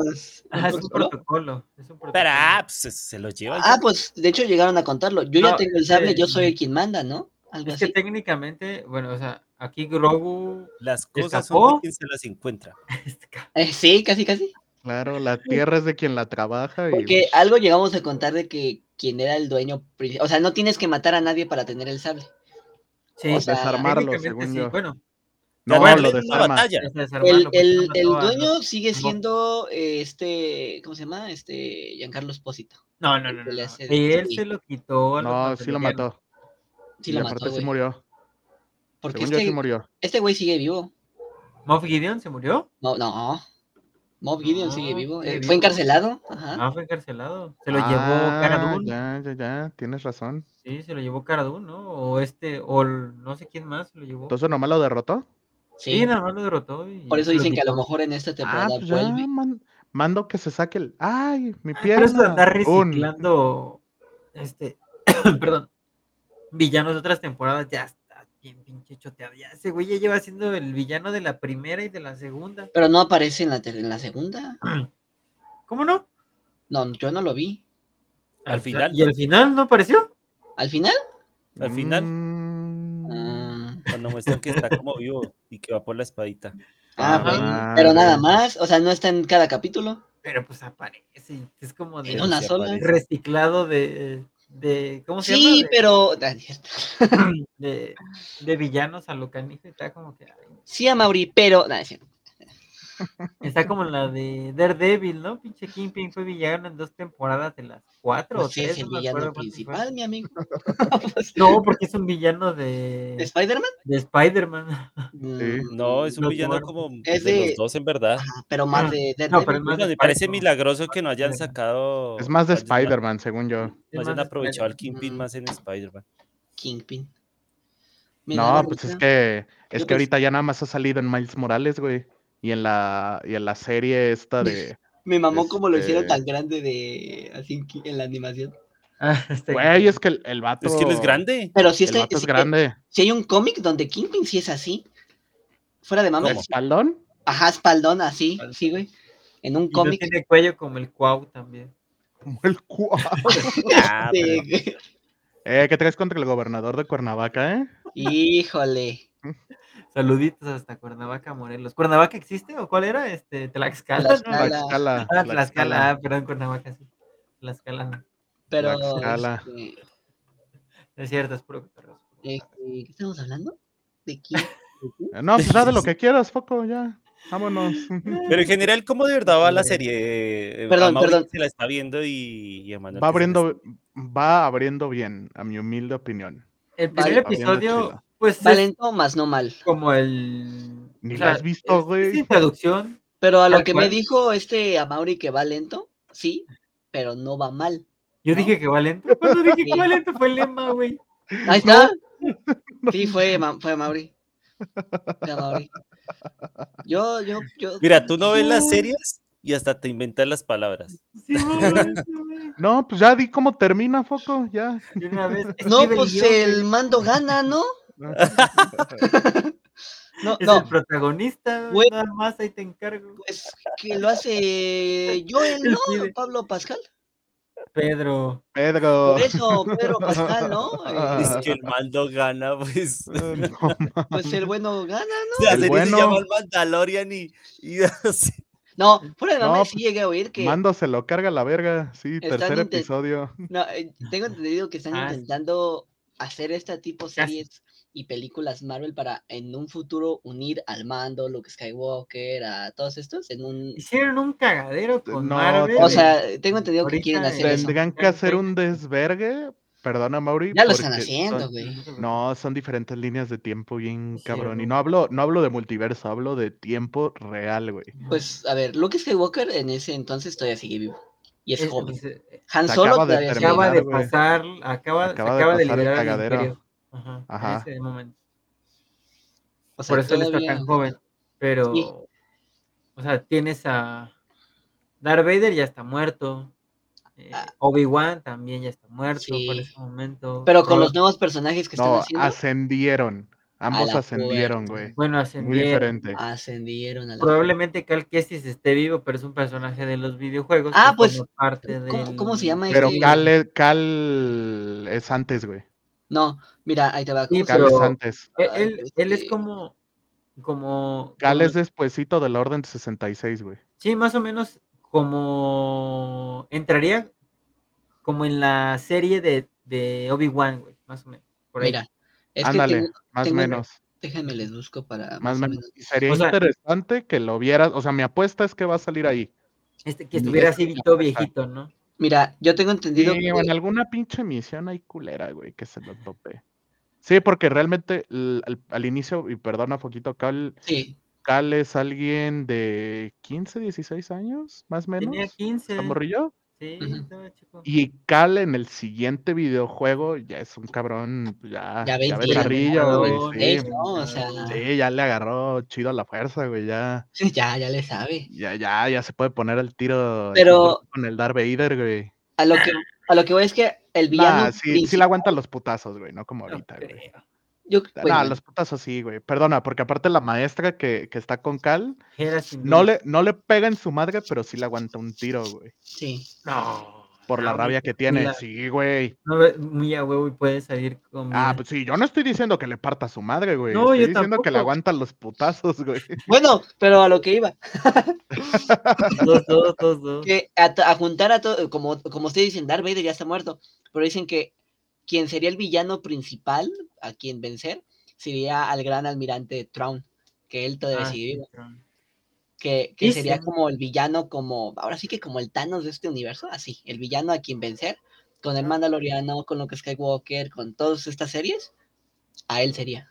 Ajá, es un protocolo? protocolo. Es un Pero protocolo. ah, pues, se, se lo lleva Ah, ya. pues de hecho llegaron a contarlo. Yo ya No, tengo el es sable, que, yo soy el quien manda, ¿no? Algo es que así. técnicamente, bueno, o sea, aquí Grogu Las cosas son de escapó. quien se las encuentra. esca- Eh, sí, casi, casi. Claro, la tierra es de quien la trabaja y Porque algo llegamos a contar de que quien era el dueño, pri- o sea, no tienes que matar a nadie para tener el sable. Sí, O sea, desarmarlo, técnicamente según sí. yo. Bueno, No, bueno, lo Ganarle en una desarma. batalla. es el, desarmarlo porque no el, mató el a- no- dueño sigue no- siendo eh, este, ¿cómo se llama? Este Giancarlo Esposito. No, no, El no, que no, le no. hace de- Él sí, se lo quitó a los No, sí lo mandalorianos. mató. sí Y lo aparte mató, sí güey. murió. Porque Según yo sí este, murió. este güey sigue vivo. ¿Moff Gideon se murió? No, no. Moff Gideon sigue No, vivo. sigue Eh, fue vivo. encarcelado. Ajá. Ah, fue encarcelado. Se lo llevó Cara Ah, Dune. ya, ya, ya, tienes razón. Sí, se lo llevó Cara Dune, ¿no? O este, o el- no sé quién más se lo llevó. Entonces nomás lo derrotó. Sí, Sí. nada más lo derrotó Por y eso se lo dicen que a lo quitó. mejor en esta Ah, temporada pues ya, vuelve. man- mando que se saque el. ¡Ay, mi Pero eso de pierna! andar ¡Un! reciclando, este, perdón, villanos de otras temporadas ya está bien pinche choteado. Ya ese güey ya lleva siendo el villano de la primera y de la segunda. Pero no aparece en la, ter- en la segunda. ¿Cómo no? No, yo no lo vi. Al Al- final, ¿Y al final no apareció? ¿Al final? al final, Mm, Ah, cuando muestran que está como vivo y que va por la espadita. ah, Ajá. bueno. Pero nada madre. más. O sea, no está en cada capítulo. Pero pues aparece. Es como En de Pero una sí sola. aparece. reciclado de, de ¿cómo se llama? Sí, De, pero. Ah, es cierto. de, de villanos a lo canijo y está como que ay, Sí, a Mauri, pero. Nah, es cierto. está como la de Daredevil, ¿no? Pinche Kingpin fue villano en dos temporadas de las cuatro o Pues es tres, el no me villano acuerdo cuántas fueron. principal, mi amigo. Pues, No, porque es un villano de, ¿Spider-Man? de Spider-Man. Sí. Mm, No, es un Lo villano tomaron. como Es de los de. dos, en verdad. Ajá, pero más de No, pero Daredevil. es Es más de más, me parece Spider-Man. milagroso que no hayan Spider-Man. sacado, Es más de no hayan, Spider-Man, según yo. no Es hayan más de aprovechado al Spider-Man. Kingpin Mm, más en Spider-Man. Kingpin. Me daba No, pues es risa. que es Yo que pensé, ahorita ya nada más ha salido en Miles Morales, güey. Y en la y en la serie esta de me mamó como lo hicieron este tan grande de así en en la animación. Ah, está güey, es increíble. que el, el Es que él es vato grande. Pero si el este, vato es si, eh, grande. si hay un cómic donde Kingpin sí es así, fuera de mame, ¿Cómo? sí. ¿Espaldón? Ajá, espaldón, así, sí, güey. En un Y no cómic. tiene cuello como el Cuau también. Como el cuau. Ah, pero Este, güey. Eh, ¿qué traes contra el gobernador de Cuernavaca, eh? Híjole. Saluditos hasta Cuernavaca, Morelos. ¿Cuernavaca existe o cuál era? Este, Tlaxcala, ¿no? Tlaxcala. Tlaxcala, Ah, Tlaxcala, Tlaxcala, ah, perdón, Cuernavaca, sí. Tlaxcala no. Pero, Tlaxcala. este, Es cierto, es puro cotorreo, es puro cotorreo. este, ¿qué estamos hablando? ¿De quién? ¿De quién? Eh, No, pues da de lo que quieras, foco, ya. Vámonos. Pero en general, ¿cómo de verdad va la serie? Eh, A Perdón, Mauri perdón. que se la está viendo y, y a Manuel Va que se la está... abriendo, va abriendo bien, a mi humilde opinión. El Vale. primer Va abriendo episodio, chido. pues Va es lento, más no mal. como el. Ni O la sea, has visto, es, es güey. introducción, Pero a lo tal que me cual. dijo este Amauri que va lento, sí, pero no va mal. Yo ¿no? dije que va lento. ¿Cuándo dije que Sí. va lento? Fue el lema, güey. Ahí está. Sí, fue, Ma- fue Mauri. Fue Mauri. Yo, yo, yo. Mira, tú no ves las No. series y hasta te inventas las palabras. Sí, mamá, sí, güey. No, pues ya di cómo termina, foco, ya. De una vez. No, escribe pues guión, el güey. mando gana, ¿no? No, Es no, el protagonista, Güey. nada más, ahí te encargo. pues que lo hace Joel, Él ¿no? pide. Pablo Pascal. Pedro. Pedro. Por eso, Pedro Pascal, ¿no? Es Eh, que el mando gana, pues. Eh, no pues el mames. bueno gana, ¿no? La El serie se bueno. llama el Mandalorian y, y así. No, fuera de mame, No, sí llegué a oír que Mando se lo carga la verga. Sí, están tercer inten- episodio. no, eh, tengo entendido que están Ah, sí. intentando hacer este tipo de Casi. series y películas Marvel para en un futuro unir al Mando, Luke Skywalker, a todos estos en un... Hicieron un cagadero con No, Marvel. O ten- sea, tengo entendido que Ahorita quieren hacer en- eso. Tendrían que hacer un desvergue. Perdona, Mauri, Ya lo están porque haciendo, son, güey. no, son diferentes líneas de tiempo bien Sí, cabrón. Y güey. no hablo, no hablo de multiverso, hablo de tiempo real, güey. Pues, a ver, Luke Skywalker en ese entonces todavía sigue vivo. Y es Eh, joven. pues, eh, Han Se Solo acaba de todavía sigue acaba vivo. de terminar, güey. pasar, acaba, se Acaba de acaba de pasar el liberar al cagadero. imperio. Ajá, en Ajá. ese momento. O sea, Por eso él está todavía... tan joven. Pero, Sí. o sea, tienes a Darth Vader ya está muerto. eh, Ah. Obi-Wan también ya está muerto Sí. para ese momento. Pero con Rose- los nuevos personajes que están No, haciendo, ascendieron. Ambos la ascendieron, pubertad. güey. Bueno, Muy ascendieron. diferente. Ascendieron a la Probablemente Cal Kestis esté vivo, pero es un personaje de los videojuegos Ah, que pues, forma parte ¿cómo, del... cómo se llama Pero este? Cal es, Cal es antes, güey. No, mira, ahí te va. ¿Cómo Sí, se Cal llama? es pero antes. él, Ay, él, él es este, como, como, Cal como, es despuesito de la Orden sesenta y seis, güey. sí, más o menos como, entraría como en la serie de, de Obi-Wan, güey, más o menos, por ahí. Mira, es que Ándale, tengo, más o tengo, menos. déjenme les busco para Más más o o menos. menos. Y sería O sea, interesante que lo vieras. O sea, mi apuesta es que va a salir ahí. este, que Mira, estuviera Esa así es mi todo apuesta. viejito, ¿no? mira, yo tengo entendido Sí, que o en alguna pinche misión ahí culera, güey, que se lo tope. Sí, porque realmente l- al, al inicio, y perdona poquito, Cal, sí. Cal es alguien de quince, dieciséis años, más o Tenía menos. ¿Está quince, morrillo? sí, Ujú. estaba chico. Y Cal en el siguiente videojuego ya es un cabrón, pues, Ya ya, ya veinte, becerrillo, güey, Experimentador, sí. veintiséis, ¿no? O sea, experimentador. Sí, ya le agarró chido a la fuerza, güey, ya, ya, ya le sabe. ya, ya, ya se puede poner al tiro de tú por Pero tú con el Darth Vader, güey. a lo que, a lo que voy es que el villano Nah, sí, sí le principal, aguantan los putazos, güey, no como No ahorita, güey. creo. yo, pues Nah, bueno, los putazos sí, güey. Perdona, porque aparte la maestra que, que está con Cal, Era sin no duda. le, no le pega en su madre, pero sí le aguanta un tiro, güey. sí. No, Por la no, mi rabia que muy tiene. la- Sí, güey. no ve- muy a huevo y puede salir con Ah, vida. pues sí, yo no estoy diciendo que le parta a su madre, güey. No, Estoy yo diciendo que le tampoco. aguantan los putazos, güey. Bueno, pero a lo que iba, Dos, dos, dos, dos. que a, to- a juntar a todo, como, como ustedes dicen, Darth Vader ya está muerto, pero dicen que quien sería el villano principal, a quien vencer, sería al gran almirante Thrawn, que él todavía Ah, sigue sí, vivo, Tron. que, que sería Dicen. como el villano, como, ahora sí que como el Thanos de este universo, así, el villano a quien vencer, con el Ah, Mandaloriano, con Luke Skywalker, con todas estas series, a él sería,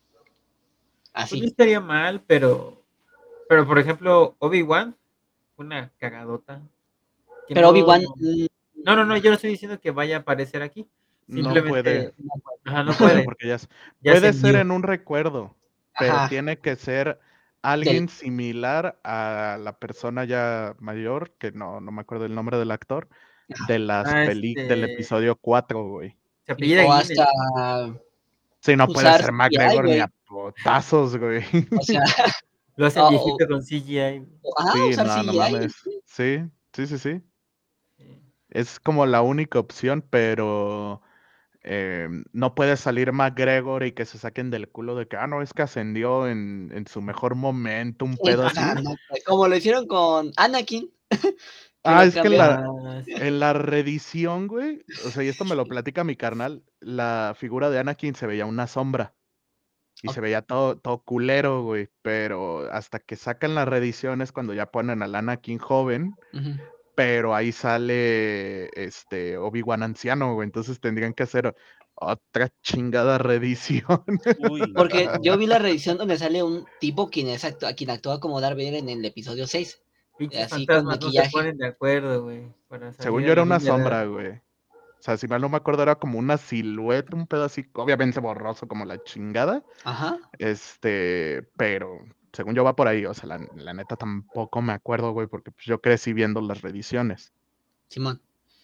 pues no así. estaría mal, pero. Pero por ejemplo, Obi-Wan, una cagadota. Que Pero no. Obi-Wan, mm, No, no, no, yo no estoy diciendo que vaya a aparecer aquí. No puede, Simplemente. Ajá, no no puede, puede. porque ya es- Ya puede ser ascendió. en un recuerdo, pero ajá, tiene que ser del, alguien similar a la persona ya mayor, que no, no me acuerdo el nombre del actor, de las Ah, peli del este. episodio cuatro, güey. Se apellida o Guinness. hasta Sí, no puede usar ser C G I, McGregor ni güey, a potazos, güey. o sea, Lo hacen o, viejito con C G I. o- ajá, Sí, usar no, no C G I, mames. Sí, sí, sí, sí. Sí. Es como la única opción, pero em, no puede salir McGregor y que se saquen del culo de que, ah, no, es que ascendió en, en su mejor momento, un sí, pedo o sea, así. no, pues, como lo hicieron con Anakin, que Ah, lo es que en cambiaron, la, Ah, sí. en la reedición, güey, o sea, y esto me lo platica mi carnal, la figura de Anakin se veía una sombra y se Ok, veía todo, todo culero, güey, pero hasta que sacan las reediciones cuando ya ponen al Anakin joven, ujú. pero ahí sale este Obi-Wan anciano, güey. Entonces tendrían que hacer otra chingada reedición. Uy, Porque yo no. vi la reedición donde sale un tipo quien, es actu- quien actúa como Darth Vader en el episodio seis, Pinches así con fantasmas no se maquillaje. ponen de acuerdo, güey. Para Según salir yo a era la una vida sombra, real. güey. O sea, si mal no me acuerdo, era como una silueta, un pedo así, obviamente borroso como la chingada. Ajá. Este, pero según yo va por ahí. O sea, la, la neta tampoco me acuerdo, güey, porque pues, yo crecí viendo las reediciones. Simón.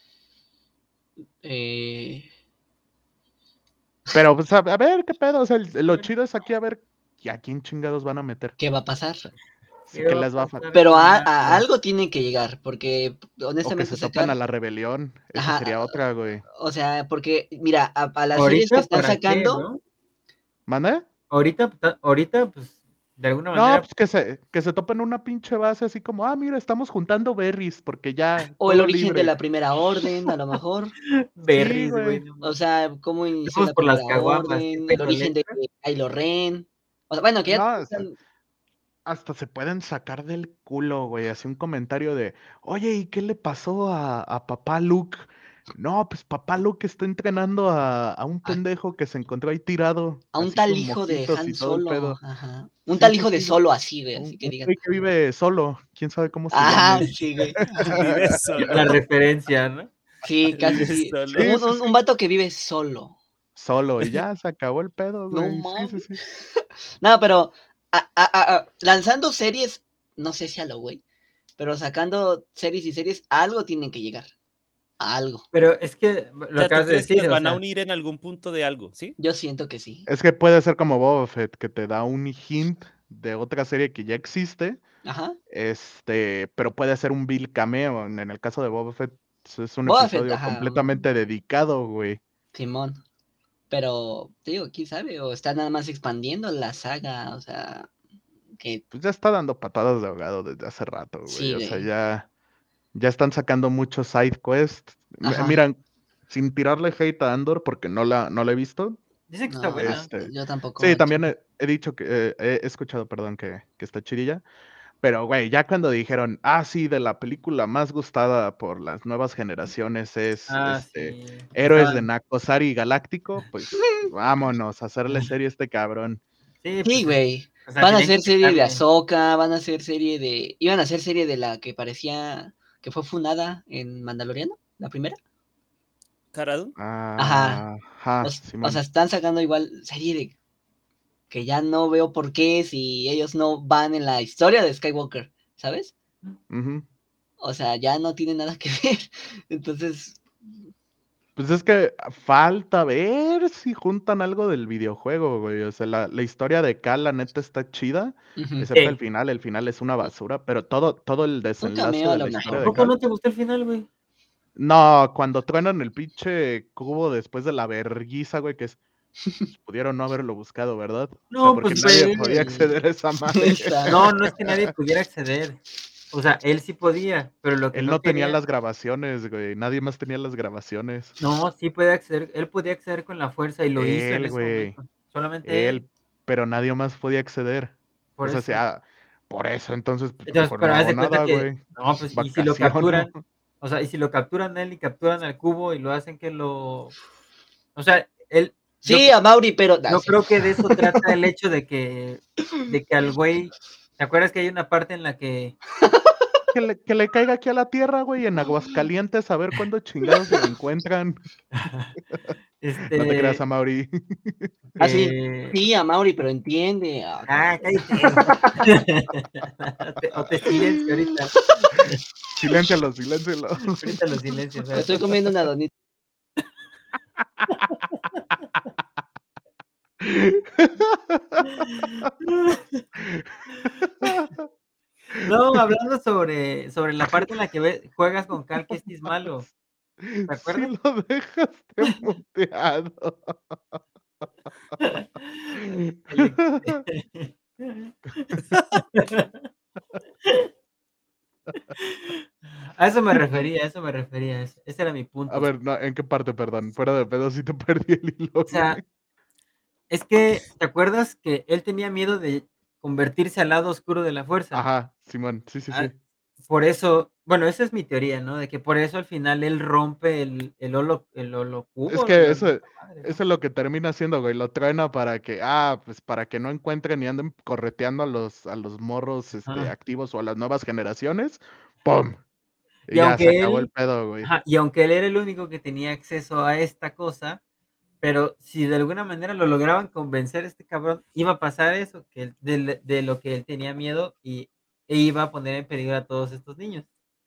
Eh, Pero, pues, a, a ver qué pedo. O sea, el- lo chido es aquí a ver a quién chingados van a meter. ¿Qué va a pasar? Sí ¿Qué que va a les va a faltar. pasar Pero con a, a nada? algo tienen que llegar, porque O que honestamente se topen a sacar, la rebelión. Esa ajá, sería otra, güey. o sea, porque mira, a, a las series que Ahorita, están ¿para qué, sacando, no? ¿Mande? Ahorita, ta- ahorita, pues, de alguna No, manera, pues que se, que se topen una pinche base así como, ah, mira, estamos juntando berries porque ya, o el todo origen de libre. la primera orden, a lo mejor, Sí, berries, güey, güey. no o mames. sea, cómo inició Vamos la por las primera caguamas, qué orden, el pedo, origen de letra. Kylo Ren, o sea, bueno, que ya No, o sea, están- hasta se pueden sacar del culo, güey. Así un comentario de, oye, ¿y qué le pasó a, a papá Luke? No, pues papá Luke está entrenando a, a un a, pendejo que se encontró ahí tirado, a un así tal con hijo de moquitos y Han todo el Solo, pedo. ajá, un Sí, tal sí, hijo de sí. Solo así, güey, así Un, que un digan, güey que vive solo, quién sabe cómo se ajá, llame. sí, güey, Vive La solo. referencia, ¿no? sí, casi Vive sí, solo. Sí, un, sí, un, un sí. vato que vive solo, Solo, y ya se acabó el pedo, no güey. Sí, sí, mames. sí. No, pero a, a, a, a, lanzando series, no sé si a lo güey, pero sacando series y series, algo tienen que llegar. a algo. Pero es que O lo sea, ¿tú acabas de crees que decir, las o van a sea, unir en algún punto de algo? ¿Sí? Yo siento que sí. Es que puede ser como Boba Fett, que te da un hint de otra serie que ya existe, Ajá. este, pero puede ser un vil cameo. En en el caso de Boba Fett, pues, es un Boba Fett, episodio ajá, completamente dedicado, güey. Simón. Pero, te digo, quién sabe, o está nada más expandiendo la saga, o sea, que Pues ya está dando patadas de ahogado desde hace rato, güey. sí, O sea, güey. ya, ya están sacando muchos side quests. M- Ajá. Miran, sin tirarle hate a Andor, porque no la, no la he visto. dicen que está No, buena. Este, yo tampoco. sí, al también chile. he, he dicho que, eh, he he escuchado, perdón, que, que está chidilla. Pero, güey, ya cuando dijeron, ah, sí, de la película más gustada por las nuevas generaciones es Ah, este sí. Héroes de Estaban. Nakosari Galáctico, pues vámonos a hacerle serie a este cabrón. Sí, Sí, pues, güey. o sea, Van a tenían que hacer serie de sacarle. Ahsoka, van a hacer serie de. Iban a hacer serie de la que parecía que fue fundada en Mandaloriano, la primera. ¿Cara Dune? Ajá. Ajá, O, s- o Simón. sea, están sacando igual serie de que ya no veo por qué si ellos no van en la historia de Skywalker, ¿sabes? Ujú. O sea, ya no tiene nada que ver. Entonces, Pues es que falta ver si juntan algo del videojuego, güey. O sea, la, la historia de Cal, la neta, está chida, ujú. excepto el Sí. final. El final es una basura, pero todo, todo el Un desenlace cameo a de lo la historia ¿A de mejor. poco Cal. no te gustó el final, güey? No, cuando truenan el pinche cubo después de la verguiza, güey, que es, pues, pudieron no haberlo buscado, ¿verdad? O sea, No, porque pues nadie fue podía el. acceder a esa madre. Exacto. No, no es que nadie pudiera acceder. O sea, él sí podía, pero lo que Él no no tenía quería. las grabaciones, güey. Nadie más tenía las grabaciones. No, sí puede acceder. Él podía acceder con la fuerza y lo hizo en Él, ese güey. momento. Solamente él. Él, pero nadie más podía acceder. O Por sea, eso. sea, por eso entonces pues, Entonces, mejor pero no haz hago de cuenta nada, que. güey. No, pues, y si lo Vacaciono. capturan. O sea, y si lo capturan a él y capturan al cubo y lo hacen que lo. O sea, él. Yo, Sí, a Mauri, pero. Ah, yo sí. creo que de eso trata el hecho de que. De que al güey. ¿Te acuerdas que hay una parte en la que. Que le, que le caiga aquí a la tierra, güey, en Aguascalientes, a ver cuándo chingados lo encuentran. No te creas, Este. Amaury. Ah, sí. que- Sí, a Mauri, pero entiende. Ah, Ah, cállate. Te- o te silencio ahorita. Siléncialo, siléncialo. Ahorita lo silencio. me estoy comiendo una donita. No, hablando sobre, sobre la parte en la que ve- juegas con Cal que este es malo. ¿Te Sí acuerdas? lo dejaste muteado. El- A eso me refería, a eso me refería. Ese ese era mi A punto. ver, no, ¿en qué parte, perdón? Fuera de pedo, sí te perdí el hilo, O sea, güey. es que, ¿te acuerdas que él tenía miedo de convertirse al lado oscuro de la fuerza? Ajá, Simón, sí, sí, Ah, sí. por eso, bueno, esa es mi teoría, ¿no? De que por eso al final él rompe el, el holo, el Es holocubo, que la- eso, esa madre, ¿no? eso es lo que termina haciendo, güey. Lo truena para que, ah, pues para que no encuentren y anden correteando a los, a los morros este, Ajá. activos o a las nuevas generaciones. ¡Pum! Y Y ya se aunque acabó el él, pedo, güey. ajá, y aunque él era el único que tenía acceso a esta cosa, pero si de alguna manera lo lograban convencer a este cabrón, iba a pasar eso, que él- de, de lo que él tenía miedo y e iba a poner en peligro a todos estos niños.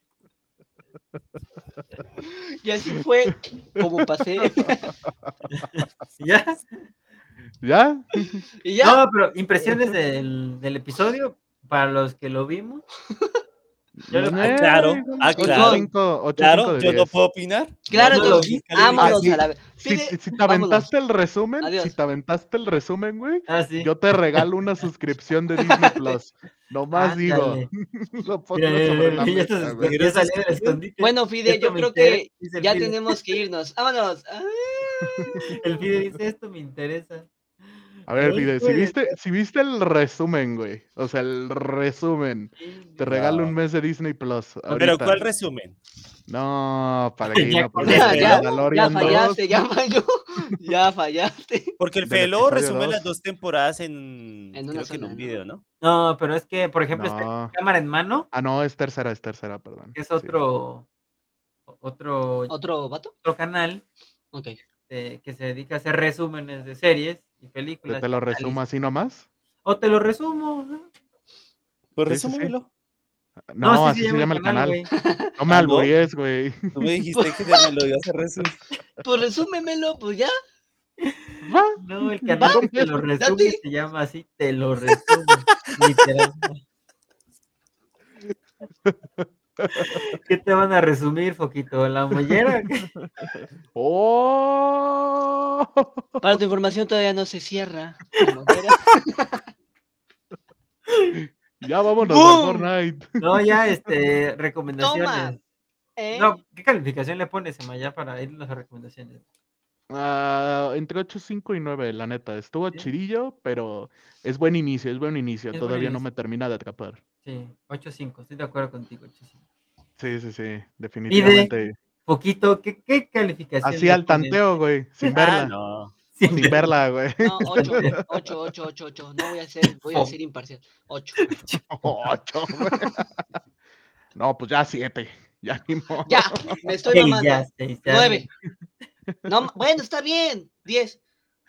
Y así fue como pasé. ¿Ya? ¿Ya? Y ya. No, pero impresiones del, del episodio, para los que lo vimos, yo lo Ah, Eh, claro, ah, ocho claro, cinco, ocho cinco claro, de yo no diez. puedo opinar. No, Claro, no no lo lo entonces, vi, viste. Ah, vámonos calificación. a sí. la. Si, Pide, si te vámonos. aventaste el resumen, si Adiós. te aventaste el resumen, güey, Ah, sí. yo te regalo una suscripción de Disney Plus. Nomás digo, Ándale. lo Mira, pongo mira, sobre mira, la ya, se mesa, escon- güey. ¿Quiero ya salió del suscripción? escondite. Bueno, Fide, Esto yo me creo interesa, que dice el ya Fide. tenemos que irnos. Vámonos. Ah. El Fide dice, esto me interesa. A ver, Ay, Fide, si güey, viste, si viste el resumen, güey. O sea, el resumen. Te regalo un No. mes de Disney Plus No, pero ahorita. ¿cuál resumen? No, Ya padrino, con pues el eso, de Ya, ya, ¿no? ya Mandalorian dos, fallaste, ya falló. Ya fallaste. Porque el del Felo episodio resume las dos. dos temporadas en, En una creo que en sola, un ¿no? video, ¿no? No, pero es que, por ejemplo, está No. cámara en mano, Ah, no, es tercera, es tercera, perdón. que es Sí. otro, otro, ¿Otro vato? otro canal Ok. eh, que se dedica a hacer resúmenes de series y ¿Te, películas. te lo y resumo análisis. así nomás? O te lo resumo, ¿no? Pues Sí, sí, sí. resúmelo. No, sí así se llama el canal. güey. No me ¿Ah, no? alburies, güey. Tú me dijiste que ya me lo ibas a resumir. Pues resúmemelo, pues ya. Va, No, el Va, canal que te lo comienza. resume Date. se llama así, te lo resume, literalmente. ¿Qué te van a resumir, Foquito? ¿La mollera? ¡Oh! Para tu información, todavía no se cierra la mollera. Ya vámonos al ¡Bum! Fortnite. No, ya, este, Toma. recomendaciones. ¿Eh? No, ¿qué calificación le pones, Emma, ya para irnos a recomendaciones? Ah, entre ocho, cinco y nueve, la neta. Estuvo ¿Sí? chidillo, pero es buen inicio, es buen inicio. Es buen Todavía no inicio. me termina de atrapar. Sí, ocho cinco, estoy de acuerdo contigo, ocho cinco. Sí, sí, sí, Pide, definitivamente. Poquito, ¿qué, qué calificación Así le al pones? tanteo, güey, sin Ah, verla. no. Sin Sin ver- verla, güey. No, ocho, ver. ocho, ocho, ocho, ocho. No voy a ser, voy a Fo- ser imparcial. Ocho. Ocho, güey. No, pues ya siete. Ya ni modo. Ya, me estoy Seis mamando. ya, seis ya. Nueve. No, bueno, está bien. Diez.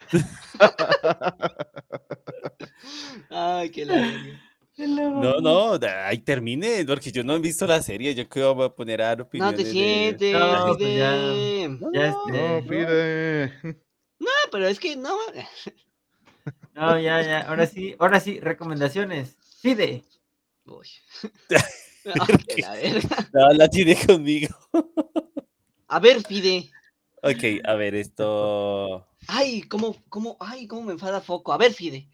Ay, qué la verga. No, no, da- ahí termine, porque yo no he visto la serie. Yo creo que voy a poner a dar No te opiniones de. sientes, No, pues ya, Fide. No, ya no, No, este, Fide. Ah, pero es que no. no, ya, ya, ahora sí, ahora sí, recomendaciones. Fide. Uy. ¿por Ay, qué qué? la verga. No, la tiene conmigo. A ver, Fide. Ok, a ver, esto. Ay, cómo, cómo, ay, cómo me enfada Foco. A ver, Fide.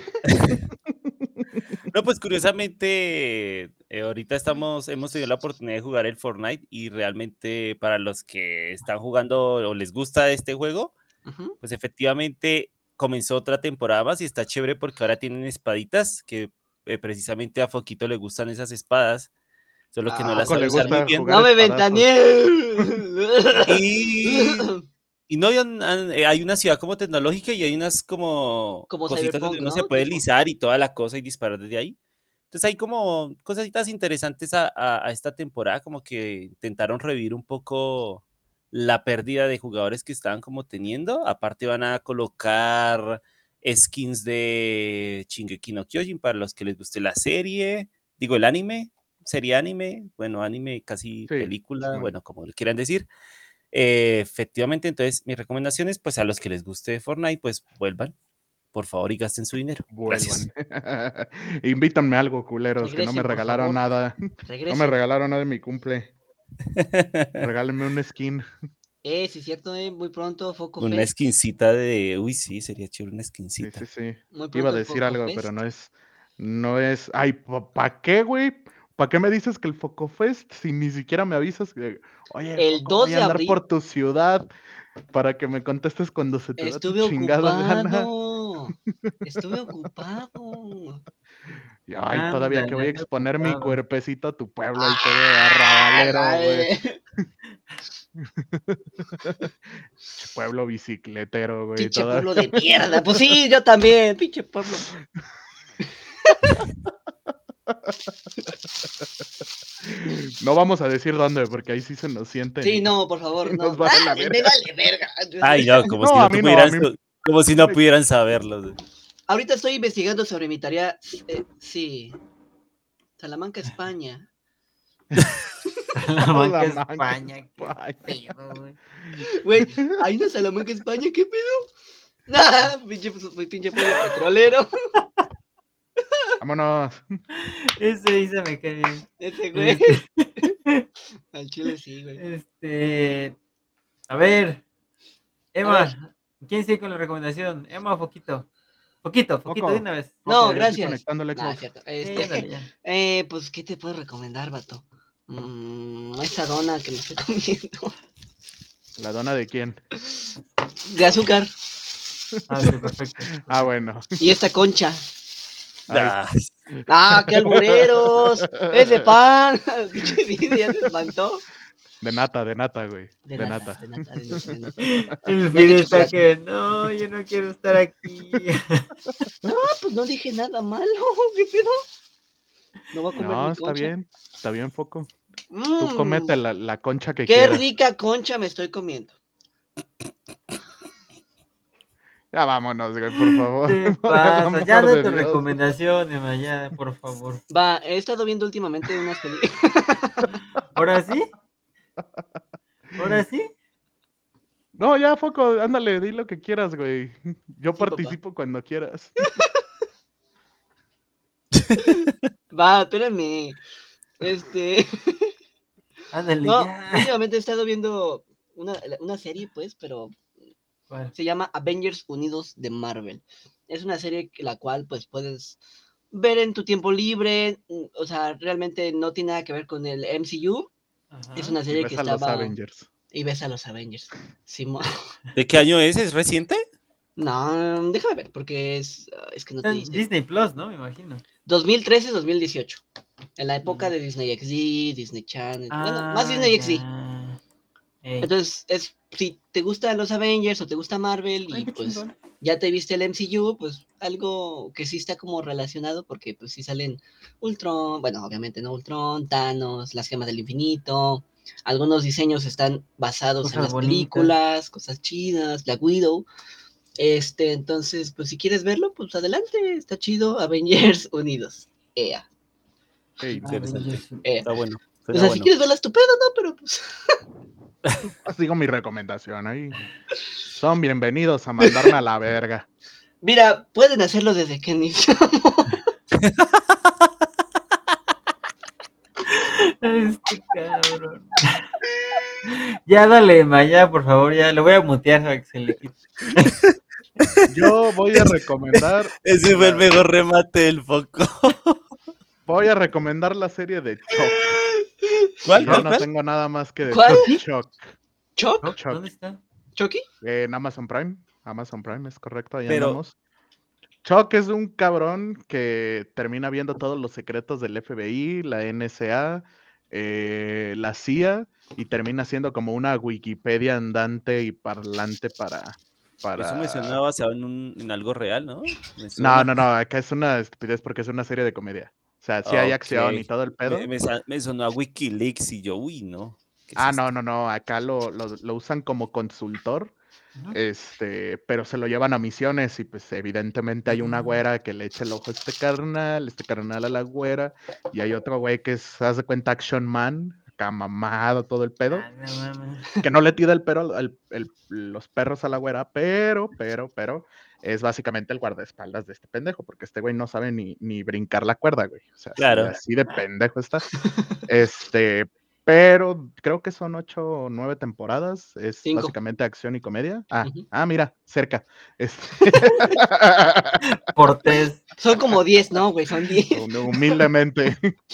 No, pues curiosamente, eh, ahorita estamos, hemos tenido la oportunidad de jugar el Fortnite y realmente para los que están jugando o les gusta este juego, Ujú. pues efectivamente comenzó otra temporada más y está chévere porque ahora tienen espaditas que eh, precisamente a Foquito le gustan esas espadas, solo que no ¿A las Ay, poco sabe le usar muy gusta bien. jugar no me espadazos? ventaneé. Y, y no, hay, un- han- eh, hay una ciudad como tecnológica y hay unas como Como cositas donde Cyberpunk, uno se ¿no? puede Tipo. lisar y toda la cosa y disparar desde ahí. Entonces hay como cositas interesantes a, a- a esta temporada, como que intentaron revivir un poco la pérdida de jugadores que estaban como teniendo. Aparte van a colocar skins de Shingeki no Kyojin para los que les guste la serie, digo el anime, serie anime, bueno, anime casi Sí, película, Simón. bueno, como le quieran decir. Eh, efectivamente, entonces mi recomendación es, pues a los que les guste Fortnite, pues vuelvan, por favor, y gasten su dinero. Gracias. Vuelvan. Invítanme a algo, culeros, que no me Regresen, por regalaron favor. nada. No me Regresen. regalaron nada de mi cumple. Regálenme un skin. Eh, sí, es cierto, eh. Muy pronto, Foco Una Fest. skincita de. Uy, sí, sería chévere una Sí, skincita. sí, sí. Muy Iba a pronto el decir Foco algo, pero Fest. no es. No es. Ay, ¿para qué, güey? ¿Para qué me dices que el Focofest si ni siquiera me avisas que, oye, El Foco, dos voy a de andar abril por tu ciudad para que me contestes cuando se te da tu estuve chingada gana? ocupado. Estuve ocupado. Y ay, todavía que Ándale, voy a anda exponer mi ocupado. cuerpecito a tu pueblo ahí todo ¡Ah! La arrabalero, güey. de- Ch, pueblo bicicletero, güey. Pinche Todavía. pueblo de mierda. Pues sí, yo también. Pinche pueblo. No vamos a decir dónde, porque ahí sí se nos sienten Sí, y, no, por favor, y no. nos va Ah, de la me verga. vale verga. Ay, no, como si No, no a te mí no, a pudieran, mí. so- como si no pudieran saberlo. Ahorita estoy investigando sobre mi tarea. eh, sí. Salamanca, España. Salamanca, La manca, España, qué España. pedo, güey. Güey, hay una Salamanca, España, ¿qué pedo? Ah, pinche, pinche pollo petrolero. Vámonos. Ese ahí se me cae bien. Ese güey. Este, Al chile sí, güey. este, a ver, A ver. Emma, ¿quién sigue con la recomendación? Emma o Foquito. Foquito, Foquito, de Foco. una vez. No, Foco, ya estoy gracias. conectando el Nah, es Xbox. cierto. Sí, Este, ándale, ya. eh, pues, ¿qué te puedo recomendar, vato? Mm, esa dona que me estoy comiendo. ¿La dona de quién? De azúcar. Ah, sí, perfecto. Ah, bueno. Y esta concha. Ay. Ah, ¡Ah, qué albureros! ¡Ese pan! Pinche video, ya se espantó. De nata, de nata, güey. De De nata, nata. de nata, de nata, de nata. El No es de video está chocolate. que, no, yo no quiero estar aquí. No, pues no dije nada malo. ¿Qué pedo? No voy a comer No, mi está concha. bien. Está bien, Foco. Tú Mm, comete la, la concha que qué quieras. rica concha me estoy comiendo. Ya vámonos, güey, por favor. ¿Qué Por el pasa? amor Ya da de tu Dios. recomendación, Emma, ya, por favor. Va, he estado viendo últimamente unas películas. ¿Ahora sí? ¿Ahora sí? No, ya, foco, ándale, di lo que quieras, güey. Yo Sí, papá. participo cuando quieras. Va, espérame. Este. Ándale, No, ya. últimamente he estado viendo una, una serie, pues, pero ¿Cuál? se llama Avengers Unidos de Marvel. Es una serie que la cual, pues, puedes ver en tu tiempo libre. mm, O sea, realmente no tiene nada que ver con el M C U. Ajá. Es una Y serie que ves a los estaba. Avengers. Y ves a los Avengers. Simón. ¿De qué año es? ¿Es reciente? No, déjame ver, porque es, ah, es que no te Está en dice. Disney Plus, ¿no? Me imagino. dos mil trece dos mil dieciocho. En la época Ujú. de Disney X D, Disney Channel. Bueno, Ah, más Disney X D. ya. Ey. Entonces, es, si te gustan los Avengers o te gusta Marvel Ay, y qué pues chingón. ya te viste el M C U, pues algo que sí está como relacionado, porque pues sí salen Ultron, bueno, obviamente no Ultron, Thanos, las gemas del infinito. Algunos diseños están basados en Cosas las bonitas. películas, cosas chidas, Black Widow. Este, entonces, pues si quieres verlo, pues adelante, está chido, Avengers Unidos. Ea, Ey, Interesante. Avengers. ea. Está bueno. O Suena sea, si bueno. quieres verla estupendo, ¿no? Pero pues. pues digo mi recomendación ahí. Son bienvenidos a mandarme a la verga. Mira, pueden hacerlo desde que iniciamos. Este cabrón. Ya dale, Emma, ya, por favor, ya. Lo voy a mutear para que se le quite. Yo voy a recomendar. Ese fue el la- mejor remate del foco. Voy a recomendar la serie de Chuck. ¿Cuál? Ya ¿Cuál? no ¿Cuál? tengo nada más que ¿Cuál? decir. Chuck. ¿Choc? ¿No? Chuck. ¿Dónde está? ¿Chucky? En Amazon Prime. Amazon Prime, es correcto, ahí Pero- andamos. Chuck es un cabrón que termina viendo todos los secretos del F B I, la N S A, eh, la C I A, y termina siendo como una Wikipedia andante y parlante para... para... Eso me suena basado en, un, en algo real, ¿no? Me No, suena. no, no, acá es una estupidez porque es una serie de comedia. O sea, sí hay acción y Ok. todo el pedo. Me, me sa- me sonó a Wikileaks y yo, uy, no. ¿qué es Ah, esto? no, no, no, acá lo, lo, lo usan como consultor, Ujú. este, pero se lo llevan a misiones y pues evidentemente hay una Mm. güera que le echa el ojo a este carnal, este carnal a la güera, y hay otro güey que es, haz de cuenta, Action Man, acá mamado todo el pedo, Ah, no mames. que no le tira el pero, al- el- los perros a la güera, pero, pero, pero, es básicamente el guardaespaldas de este pendejo, porque este güey no sabe ni, ni brincar la cuerda, güey, o sea, así- Claro. así de pendejo está. Este, pero creo que son ocho o nueve temporadas. Es Cinco. básicamente acción y comedia. Ah, Ujú. ah, mira, cerca. Este, Por tres. Son como diez, ¿no, güey? Son diez. hum- humildemente.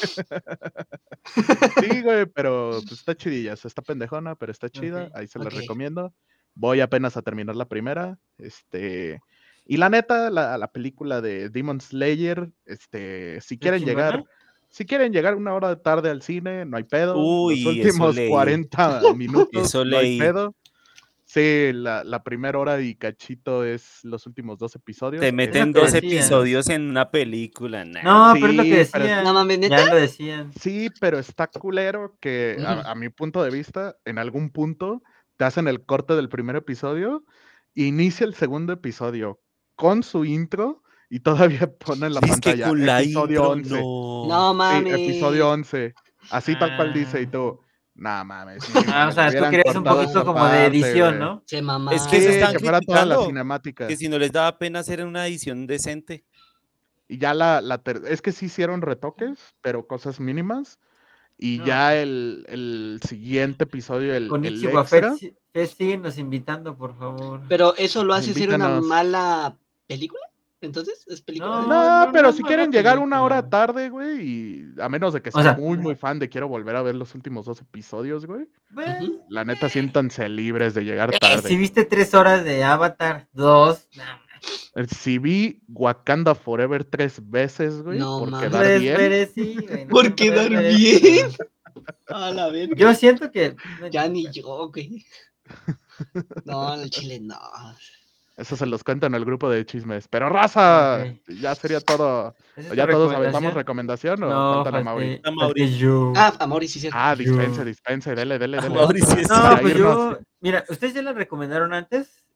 Sí, güey, pero pues, está chidilla. O sea, está pendejona, pero está chida. Ok, Ahí se las ok. recomiendo. Voy apenas a terminar la primera. Este. Y la neta, la, la película de Demon Slayer, este, si ¿Está quieren chingona? llegar, si quieren llegar una hora de tarde al cine, no hay pedo. Uy, Los eso últimos leí. cuarenta minutos, Eso no hay leí. pedo. Sí, la, la primera hora y cachito es los últimos dos episodios. Te es meten que dos decían. episodios en una película. Nah. No, pero es lo que Sí, pero- decían. No mames, ¿neta? Ya lo decían. Sí, pero está culero que Ujú. a, a mi punto de vista, en algún punto te hacen el corte del primer episodio, inicia el segundo episodio con su intro y todavía pone en la Es que pantalla con la episodio intro, once. no. No Sí, mames. episodio once. Así tal cual dice y Ah. tú, nah mames, mínimo Ah, o me sea, tú hubieran querías un cortado poquito esa como de parte, edición, güey. ¿no? Se mamaron. Es que Sí, eso estaban que fuera toda la criticando, cinemática. Que si no les daba pena hacer una edición decente. Y ya la, la ter- es que sí hicieron retoques, pero cosas mínimas. Y No, ya pues. el, el siguiente episodio, el, Con el Ichigo Fest, extra, sí- Fest, síguenos invitando, por favor. Pero eso lo hace ser una invítanos. mala película. Entonces, ¿es película? No, No, no, pero no, si mala quieren llegar una hora película. tarde, güey, y a menos de que O sea sea, muy, muy fan de quiero volver a ver los últimos dos episodios, güey, Bueno, Ujú. la neta siéntanse libres de llegar eh, si tarde. viste tres horas de Avatar dos, nah, Eh, Si vi Wakanda Forever tres veces, güey, No por mames. quedar pues, bien, pero sí, güey, no ¿Por por quedar ver bien? esto. A la verga. Yo siento que no, Ya no, ni no. yo, güey. No, el chile no. eso se los cuento en el grupo de chismes. Pero raza, Ok. ya sería todo. ¿Esa es ¿O tu ¿Ya todos aventamos recomendación? recomendación o No, falta la Mauri? falté, La Mauri. falté yo. Ah, Amor, y sí, cierto. Ah, Yo. dispense, dispense, dele, dele, A dele. Mauri sí es No, Para pues irnos. yo, mira, ustedes ya la recomendaron antes.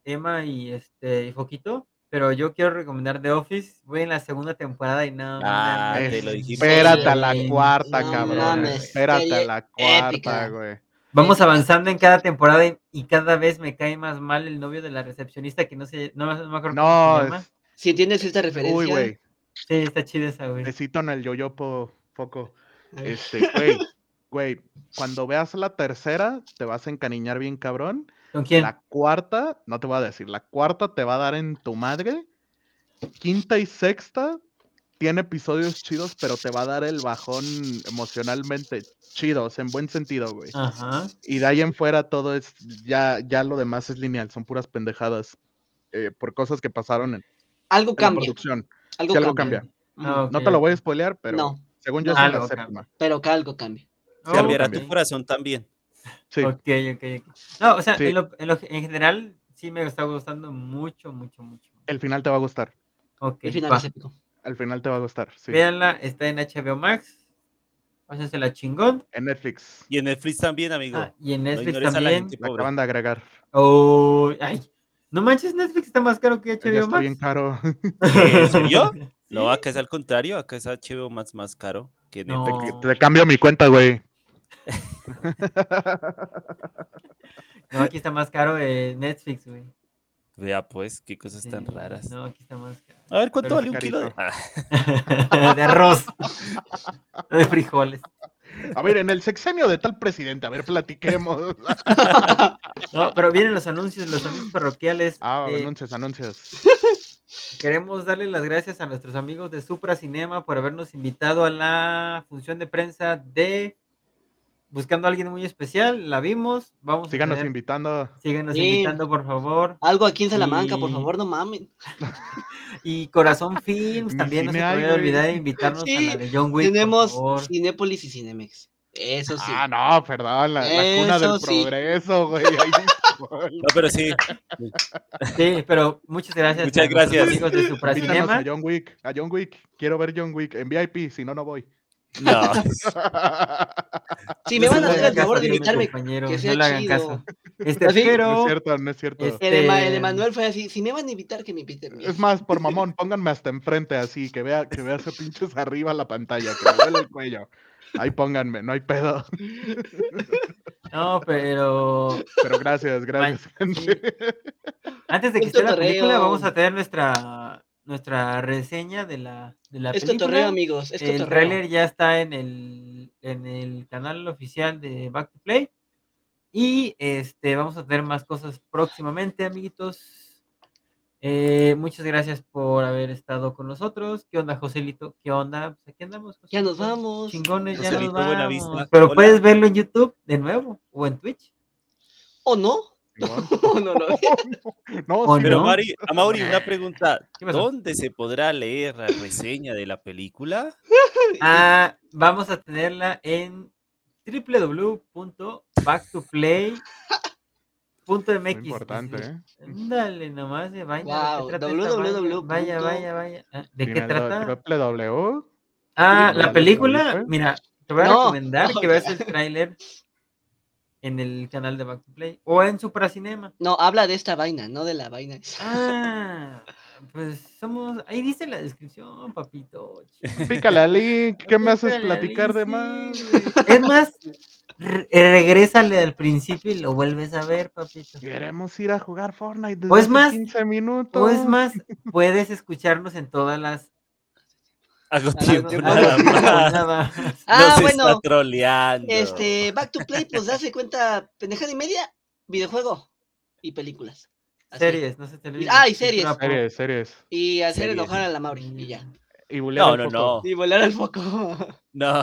Emma y este y Foquito, pero yo quiero recomendar The Office. Voy en la segunda temporada y no Ah, mames, te lo dijimos. Espérate a la bien cuarta, No cabrón. mames, Espérate a serie la cuarta, épica. güey. Vamos Épica. avanzando en cada temporada y, y cada vez me cae más mal el novio de la recepcionista que no sé, no, no me acuerdo cómo se No, llama. es. Si tienes esta Uy, referencia, güey. Sí, está chida esa, güey. Besito en el yoyopo, foco. a ver. Este, güey, güey, cuando veas la tercera, te vas a encariñar bien cabrón. ¿Con quién? La cuarta, no te voy a decir, la cuarta te va a dar en tu madre. Quinta y sexta tiene episodios chidos, pero te va a dar el bajón emocionalmente chidos, en buen sentido, güey. Ajá. Y de ahí en fuera todo es, ya, ya lo demás es lineal, son puras pendejadas eh, por cosas que pasaron en, Algo en la cambia. producción. Algo Si algo cambia. cambia. Ujú. Ah, ok, No te lo voy a ok. spoilear, pero No, según yo no. es en la Algo séptima. cambia. Pero que algo cambia. Sí, algo Cambiará cambia. tu corazón también. Sí, Ok, ok, ok. No, o sea, sí, en, lo, en, lo- en general sí me está gustando mucho, mucho, mucho. el final te va a gustar. Ok, El final va. es épico. Al final te va a gustar, sí. Véanla, está en H B O Max. Pásensela chingón. En Netflix. Y en Netflix también, amigo. Ah, y en No Netflix ignores a la también. gente La pobre. acaban de agregar. Oh, ay, no manches, Netflix está más caro que Ya H B O está bien Max. caro. ¿Qué? ¿En serio? Sí. No, acá es al contrario. Acá es H B O más, más caro que No. Netflix. Te, te cambio mi cuenta, güey. No, aquí está más caro eh, Netflix, güey. Vea pues, qué cosas Sí, tan raras. no, aquí está más caro. A ver, ¿cuánto Pero vale sí, un kilo de...? carito. Ah, de arroz. De frijoles. A ver, en el sexenio de tal presidente, a ver, platiquemos. No, pero vienen los anuncios, los anuncios parroquiales. Ah, eh, anuncios, anuncios. Queremos darle las gracias a nuestros amigos de Supra Cinema por habernos invitado a la función de prensa de Buscando a alguien muy especial. La vimos. Vamos Síganos a tener. invitando. Síganos Sí. invitando, por favor. Algo aquí en Salamanca, por Y- favor, no mamen. Y Corazón Films, Ni también no se cine te hay, vaya a güey. olvidar de invitarnos a Sí, la de John Wick, por tenemos favor. Cinépolis y Cinemex. Eso sí. Ah, no, perdón, la, la cuna del Eso sí. progreso, güey. Ahí disculpa. No, pero sí. Sí, pero muchas gracias Muchas a nuestros gracias. amigos de Supra Invítanos Cinema. a John Wick, a John Wick. Quiero ver John Wick en V I P, si no, no voy. No. Si No me van le a hacer hagan el favor caso de a mi invitarme, compañero, que no sea le hagan chido. caso. Este, Así, pero No es cierto, no es cierto. este, El, Ema- el Emanuel fue así, si me van a invitar, que me inviten bien. Es más, por mamón, pónganme hasta enfrente así, que vea, que vea ese pinches arriba la pantalla, que me duele el cuello. Ahí pónganme, no hay pedo. no, pero Pero gracias, gracias, Man- gente. antes de que Es esté la película, cotorreo. vamos a tener nuestra nuestra reseña de la de la Es película. cotorreo, amigos, es El cotorreo. tráiler ya está en el en el canal oficial de Back to Play. Y este vamos a tener más cosas próximamente, amiguitos. Eh, muchas gracias por haber estado con nosotros. ¿Qué onda, Joselito? ¿Qué onda? Pues aquí andamos, Ya nos Joselito. vamos. Chingones, ya Joselito nos vamos. Buenavista. Pero Hola. puedes verlo en YouTube de nuevo o en Twitch. ¿O no? Simón. ¿O no lo No, ¿O sí, Pero no? Mari, a Mauri, una pregunta. ¿Qué pasó? ¿Dónde se podrá leer la reseña de la película? Ah, vamos a tenerla en w w w punto back to play punto m x. Muy importante, ¿eh? Dale nomás, eh, vaya, Wow, ¿de qué trata esta www. vaya? Vaya, vaya, vaya. Ah, ¿de qué Dime, trata? Triple W. Ah, ¿Ya la lo película, viste? mira, te voy a No. recomendar que Ok. veas el tráiler en el canal de Back to Play o en Supracinema. No, habla de esta vaina, no de la vaina esa. Ah, pues somos, ahí dice la descripción, papito. Pícale al link, ¿qué me haces Pícale platicar ahí, de sí, más? güey. Es más, re- regrésale al principio y lo vuelves a ver, papito. Queremos ir a jugar Fortnite desde O es hace más, quince minutos. O es más, puedes escucharnos en todas las Hago Hago tiempo tiempo. nada Hago tiempo, más. nada más. Ah, Nos bueno, está troleando. este, Back to Play, pues hace cuenta, pendejada y media, videojuego y películas. Así. Series, no se te Y- olvide. ah, y series. Cultura pop. Series, series. Y hacer Series. enojar a la Mauri, y ya. Y bulear No, el no, foco. no. Y volar al foco. No.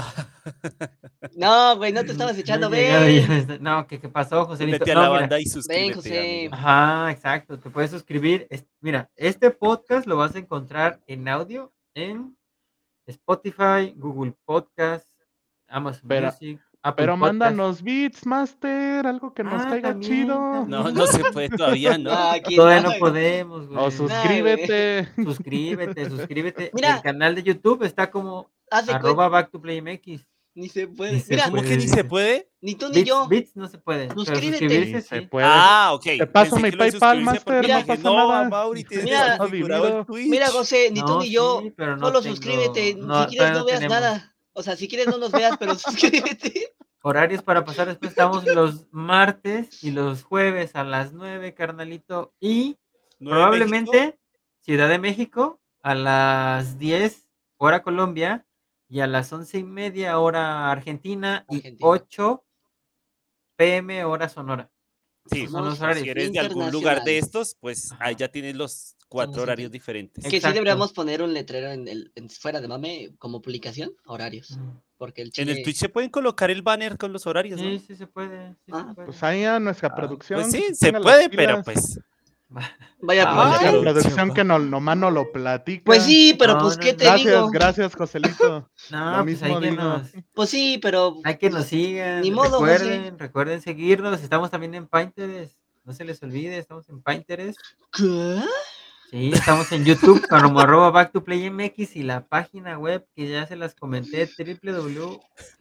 No, güey, no te estabas No he echando, llegado y ya ven. me está- No, ¿qué, qué pasó, Joselito? Únete a No, la mira. banda y suscríbete, José. amigo. Ajá, exacto. Te puedes suscribir. Es- mira, este podcast lo vas a encontrar en audio en Spotify, Google Podcast, Amazon Pero- Music, Apple Pero Podcast. mándanos beats, Master, algo que nos Ah, caiga también, chido. también. No, no se puede todavía, ¿no? No, aquí Todavía no. no podemos, güey. O suscríbete. Suscríbete, suscríbete. Mira. El canal de YouTube está como Haz de arroba back to play M X. Ni se puede. Ni se Mira, ¿Cómo puede, que ni se dice. puede? ni tú ni Bits, yo. bits no se puede, pero Suscríbete. suscribirse Sí, se sí. puede. Ah, ok. Te paso Pensé mi que lo de PayPal, suscribirse porque Master, no dije, pasa no, nada. Mauri, tienes Mira, desconfigurado el Divino. Twitch. Mira, José, ni tú No, ni yo. sí, pero no Solo tengo- suscríbete. no, si quieres todavía no no veas tenemos. nada. O sea, si quieres no nos veas, pero suscríbete. Horarios para pasar después estamos los martes y los jueves a las nueve, carnalito. Y ¿Nueve probablemente México? Ciudad de México a las diez, hora Colombia, y a las once y media, hora Argentina, y Argentina. ocho pm, hora Sonora. Sí, Esos son los Somos si horarios. eres de algún lugar de internacionales. estos, pues ahí Ajá. ya tienes los cuatro Somos horarios inter- diferentes. Que sí Exacto. deberíamos poner un letrero en el en- fuera de mame como publicación, horarios. Ujú. Porque el En el chile. Twitch se pueden colocar el banner con los horarios, ¿no? Sí, sí se puede, sí Ah, se puede. Pues ahí a nuestra Ah, producción. Pues que sí, se se ponga las puede, pero pilas. pues. Vaya Ah, A Ay. nuestra producción. producción que no, nomás no lo platica. Pues sí, pero No, pues, no, ¿qué no. te Gracias, digo? gracias, Joselito. No, Lo pues hay mismo que digo. nos, Pues sí, pero hay que nos pues, sigan. ni modo, José. recuerden, recuerden seguirnos. Estamos también en Pinterest. No se les olvide, estamos en Pinterest. ¿Qué? Sí, estamos en YouTube como arroba back to play M X y la página web que ya se las comenté, www.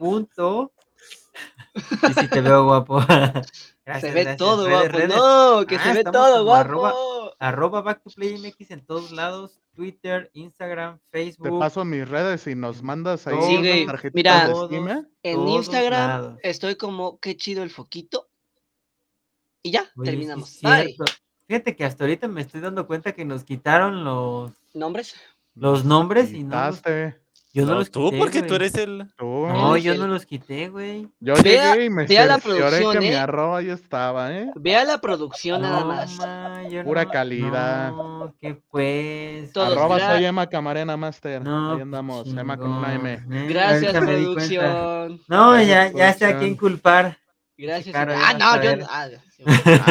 Y si te veo guapo. Gracias, Se ve gracias. todo, Redes, guapo. redes. No, que Ah, se ve estamos todo, como guapo. arroba, arroba back to play M X en todos lados, Twitter, Instagram, Te Facebook, paso mis redes y nos en mandas ahí Sí, todos, güey. una tarjetita Mira, de todos, Steam. En todos Instagram lados. estoy como, qué chido el foquito. Y ya, Oye, sí es terminamos. Bye. cierto. Fíjate que hasta ahorita me estoy dando cuenta que nos quitaron los, ¿Nombres? los Nos nombres y no los, quitaste yo no No, los tú, quité, porque tú güey. eres el. tú. No, Él es yo no el- los quité, güey. Yo Vea- llegué y me vea la cercioré que producción, mi ¿eh? arroba ahí estaba, ¿eh? Vea la producción nada No, más. ma, yo Pura no, calidad. no, ¿qué pues? Todos Arroba gra- soy Emma Camarena Master. Ahí No, pues andamos. Emma con una chingón. M. ¿eh? Gracias, Ahorita me di cuenta. producción. No, Gracias, ya, ya sé a quién producción. culpar. Gracias. Caro, y- ya Ah, vas no, a yo ver. no. Ah, sí,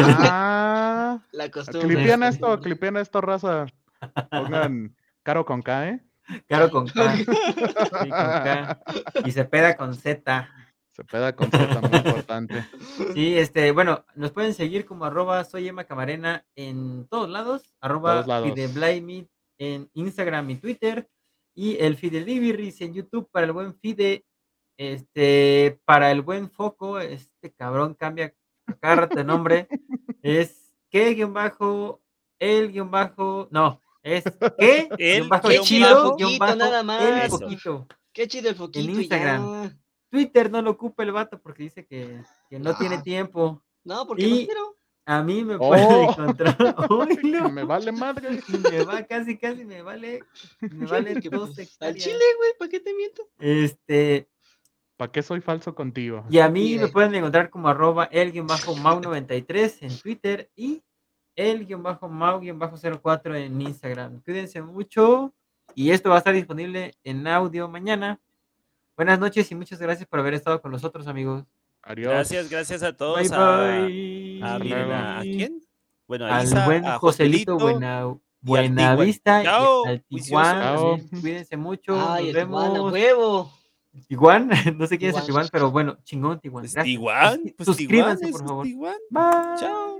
Ah. la costumbre. Clipeen Este. esto, clipeen esto, raza. Pongan Caro con K, ¿eh? Caro con K. Sí, con K. Y se peda con Z. Se peda con Z, muy importante. Sí, este, bueno, nos pueden seguir como arroba soy Emma Camarena en todos lados, arroba Todos lados. FideBlayMe en Instagram y Twitter, y el Fidelibiris en YouTube para el buen Fide, este, para el buen Foco, este cabrón cambia a cada rato de nombre, es que guión bajo, el guión bajo, no, es que El guión bajo Qué guión chido el chido bajo. guión foquito, bajo, nada el más. Eso. poquito. Qué chido el foquito y Instagram. ya. Twitter no lo ocupa el vato porque dice que, que no tiene Ah. tiempo. No, porque no Y quiero. a mí me Oh, pueden encontrar. Uy, que no. me vale madre. Y me va, casi, casi me vale. Me vale Que, dos pues, al hectáreas. chile, güey, ¿para qué te miento? Este, ¿Para qué soy falso contigo? y a mí Sí, me güey. pueden encontrar como arroba el guión bajo mau noventa y tres en Twitter y el guión bajo mau guión bajo cero cuatro en Instagram. Cuídense mucho. Y esto va a estar disponible en audio mañana. Buenas noches y muchas gracias por haber estado con nosotros, amigos. Adiós. Gracias, gracias a Bye, todos. A, bye. a, miren, ¿a, a quién? Bueno, a Al Isa, buen a Joselito Joselito Buena, y al Buenavista y Chao, al juicioso. Tiguan Chao. también. Cuídense mucho. Ay, Nos el Tijuana, vemos. huevo. Tiguan, no sé quién es el Tiguan. Tiguan, pero bueno, chingón Tiguan. Pues Gracias. Tiguan, Suscri- pues Suscríbanse, Tiguan, por es favor. Tiguan. Bye. Chao.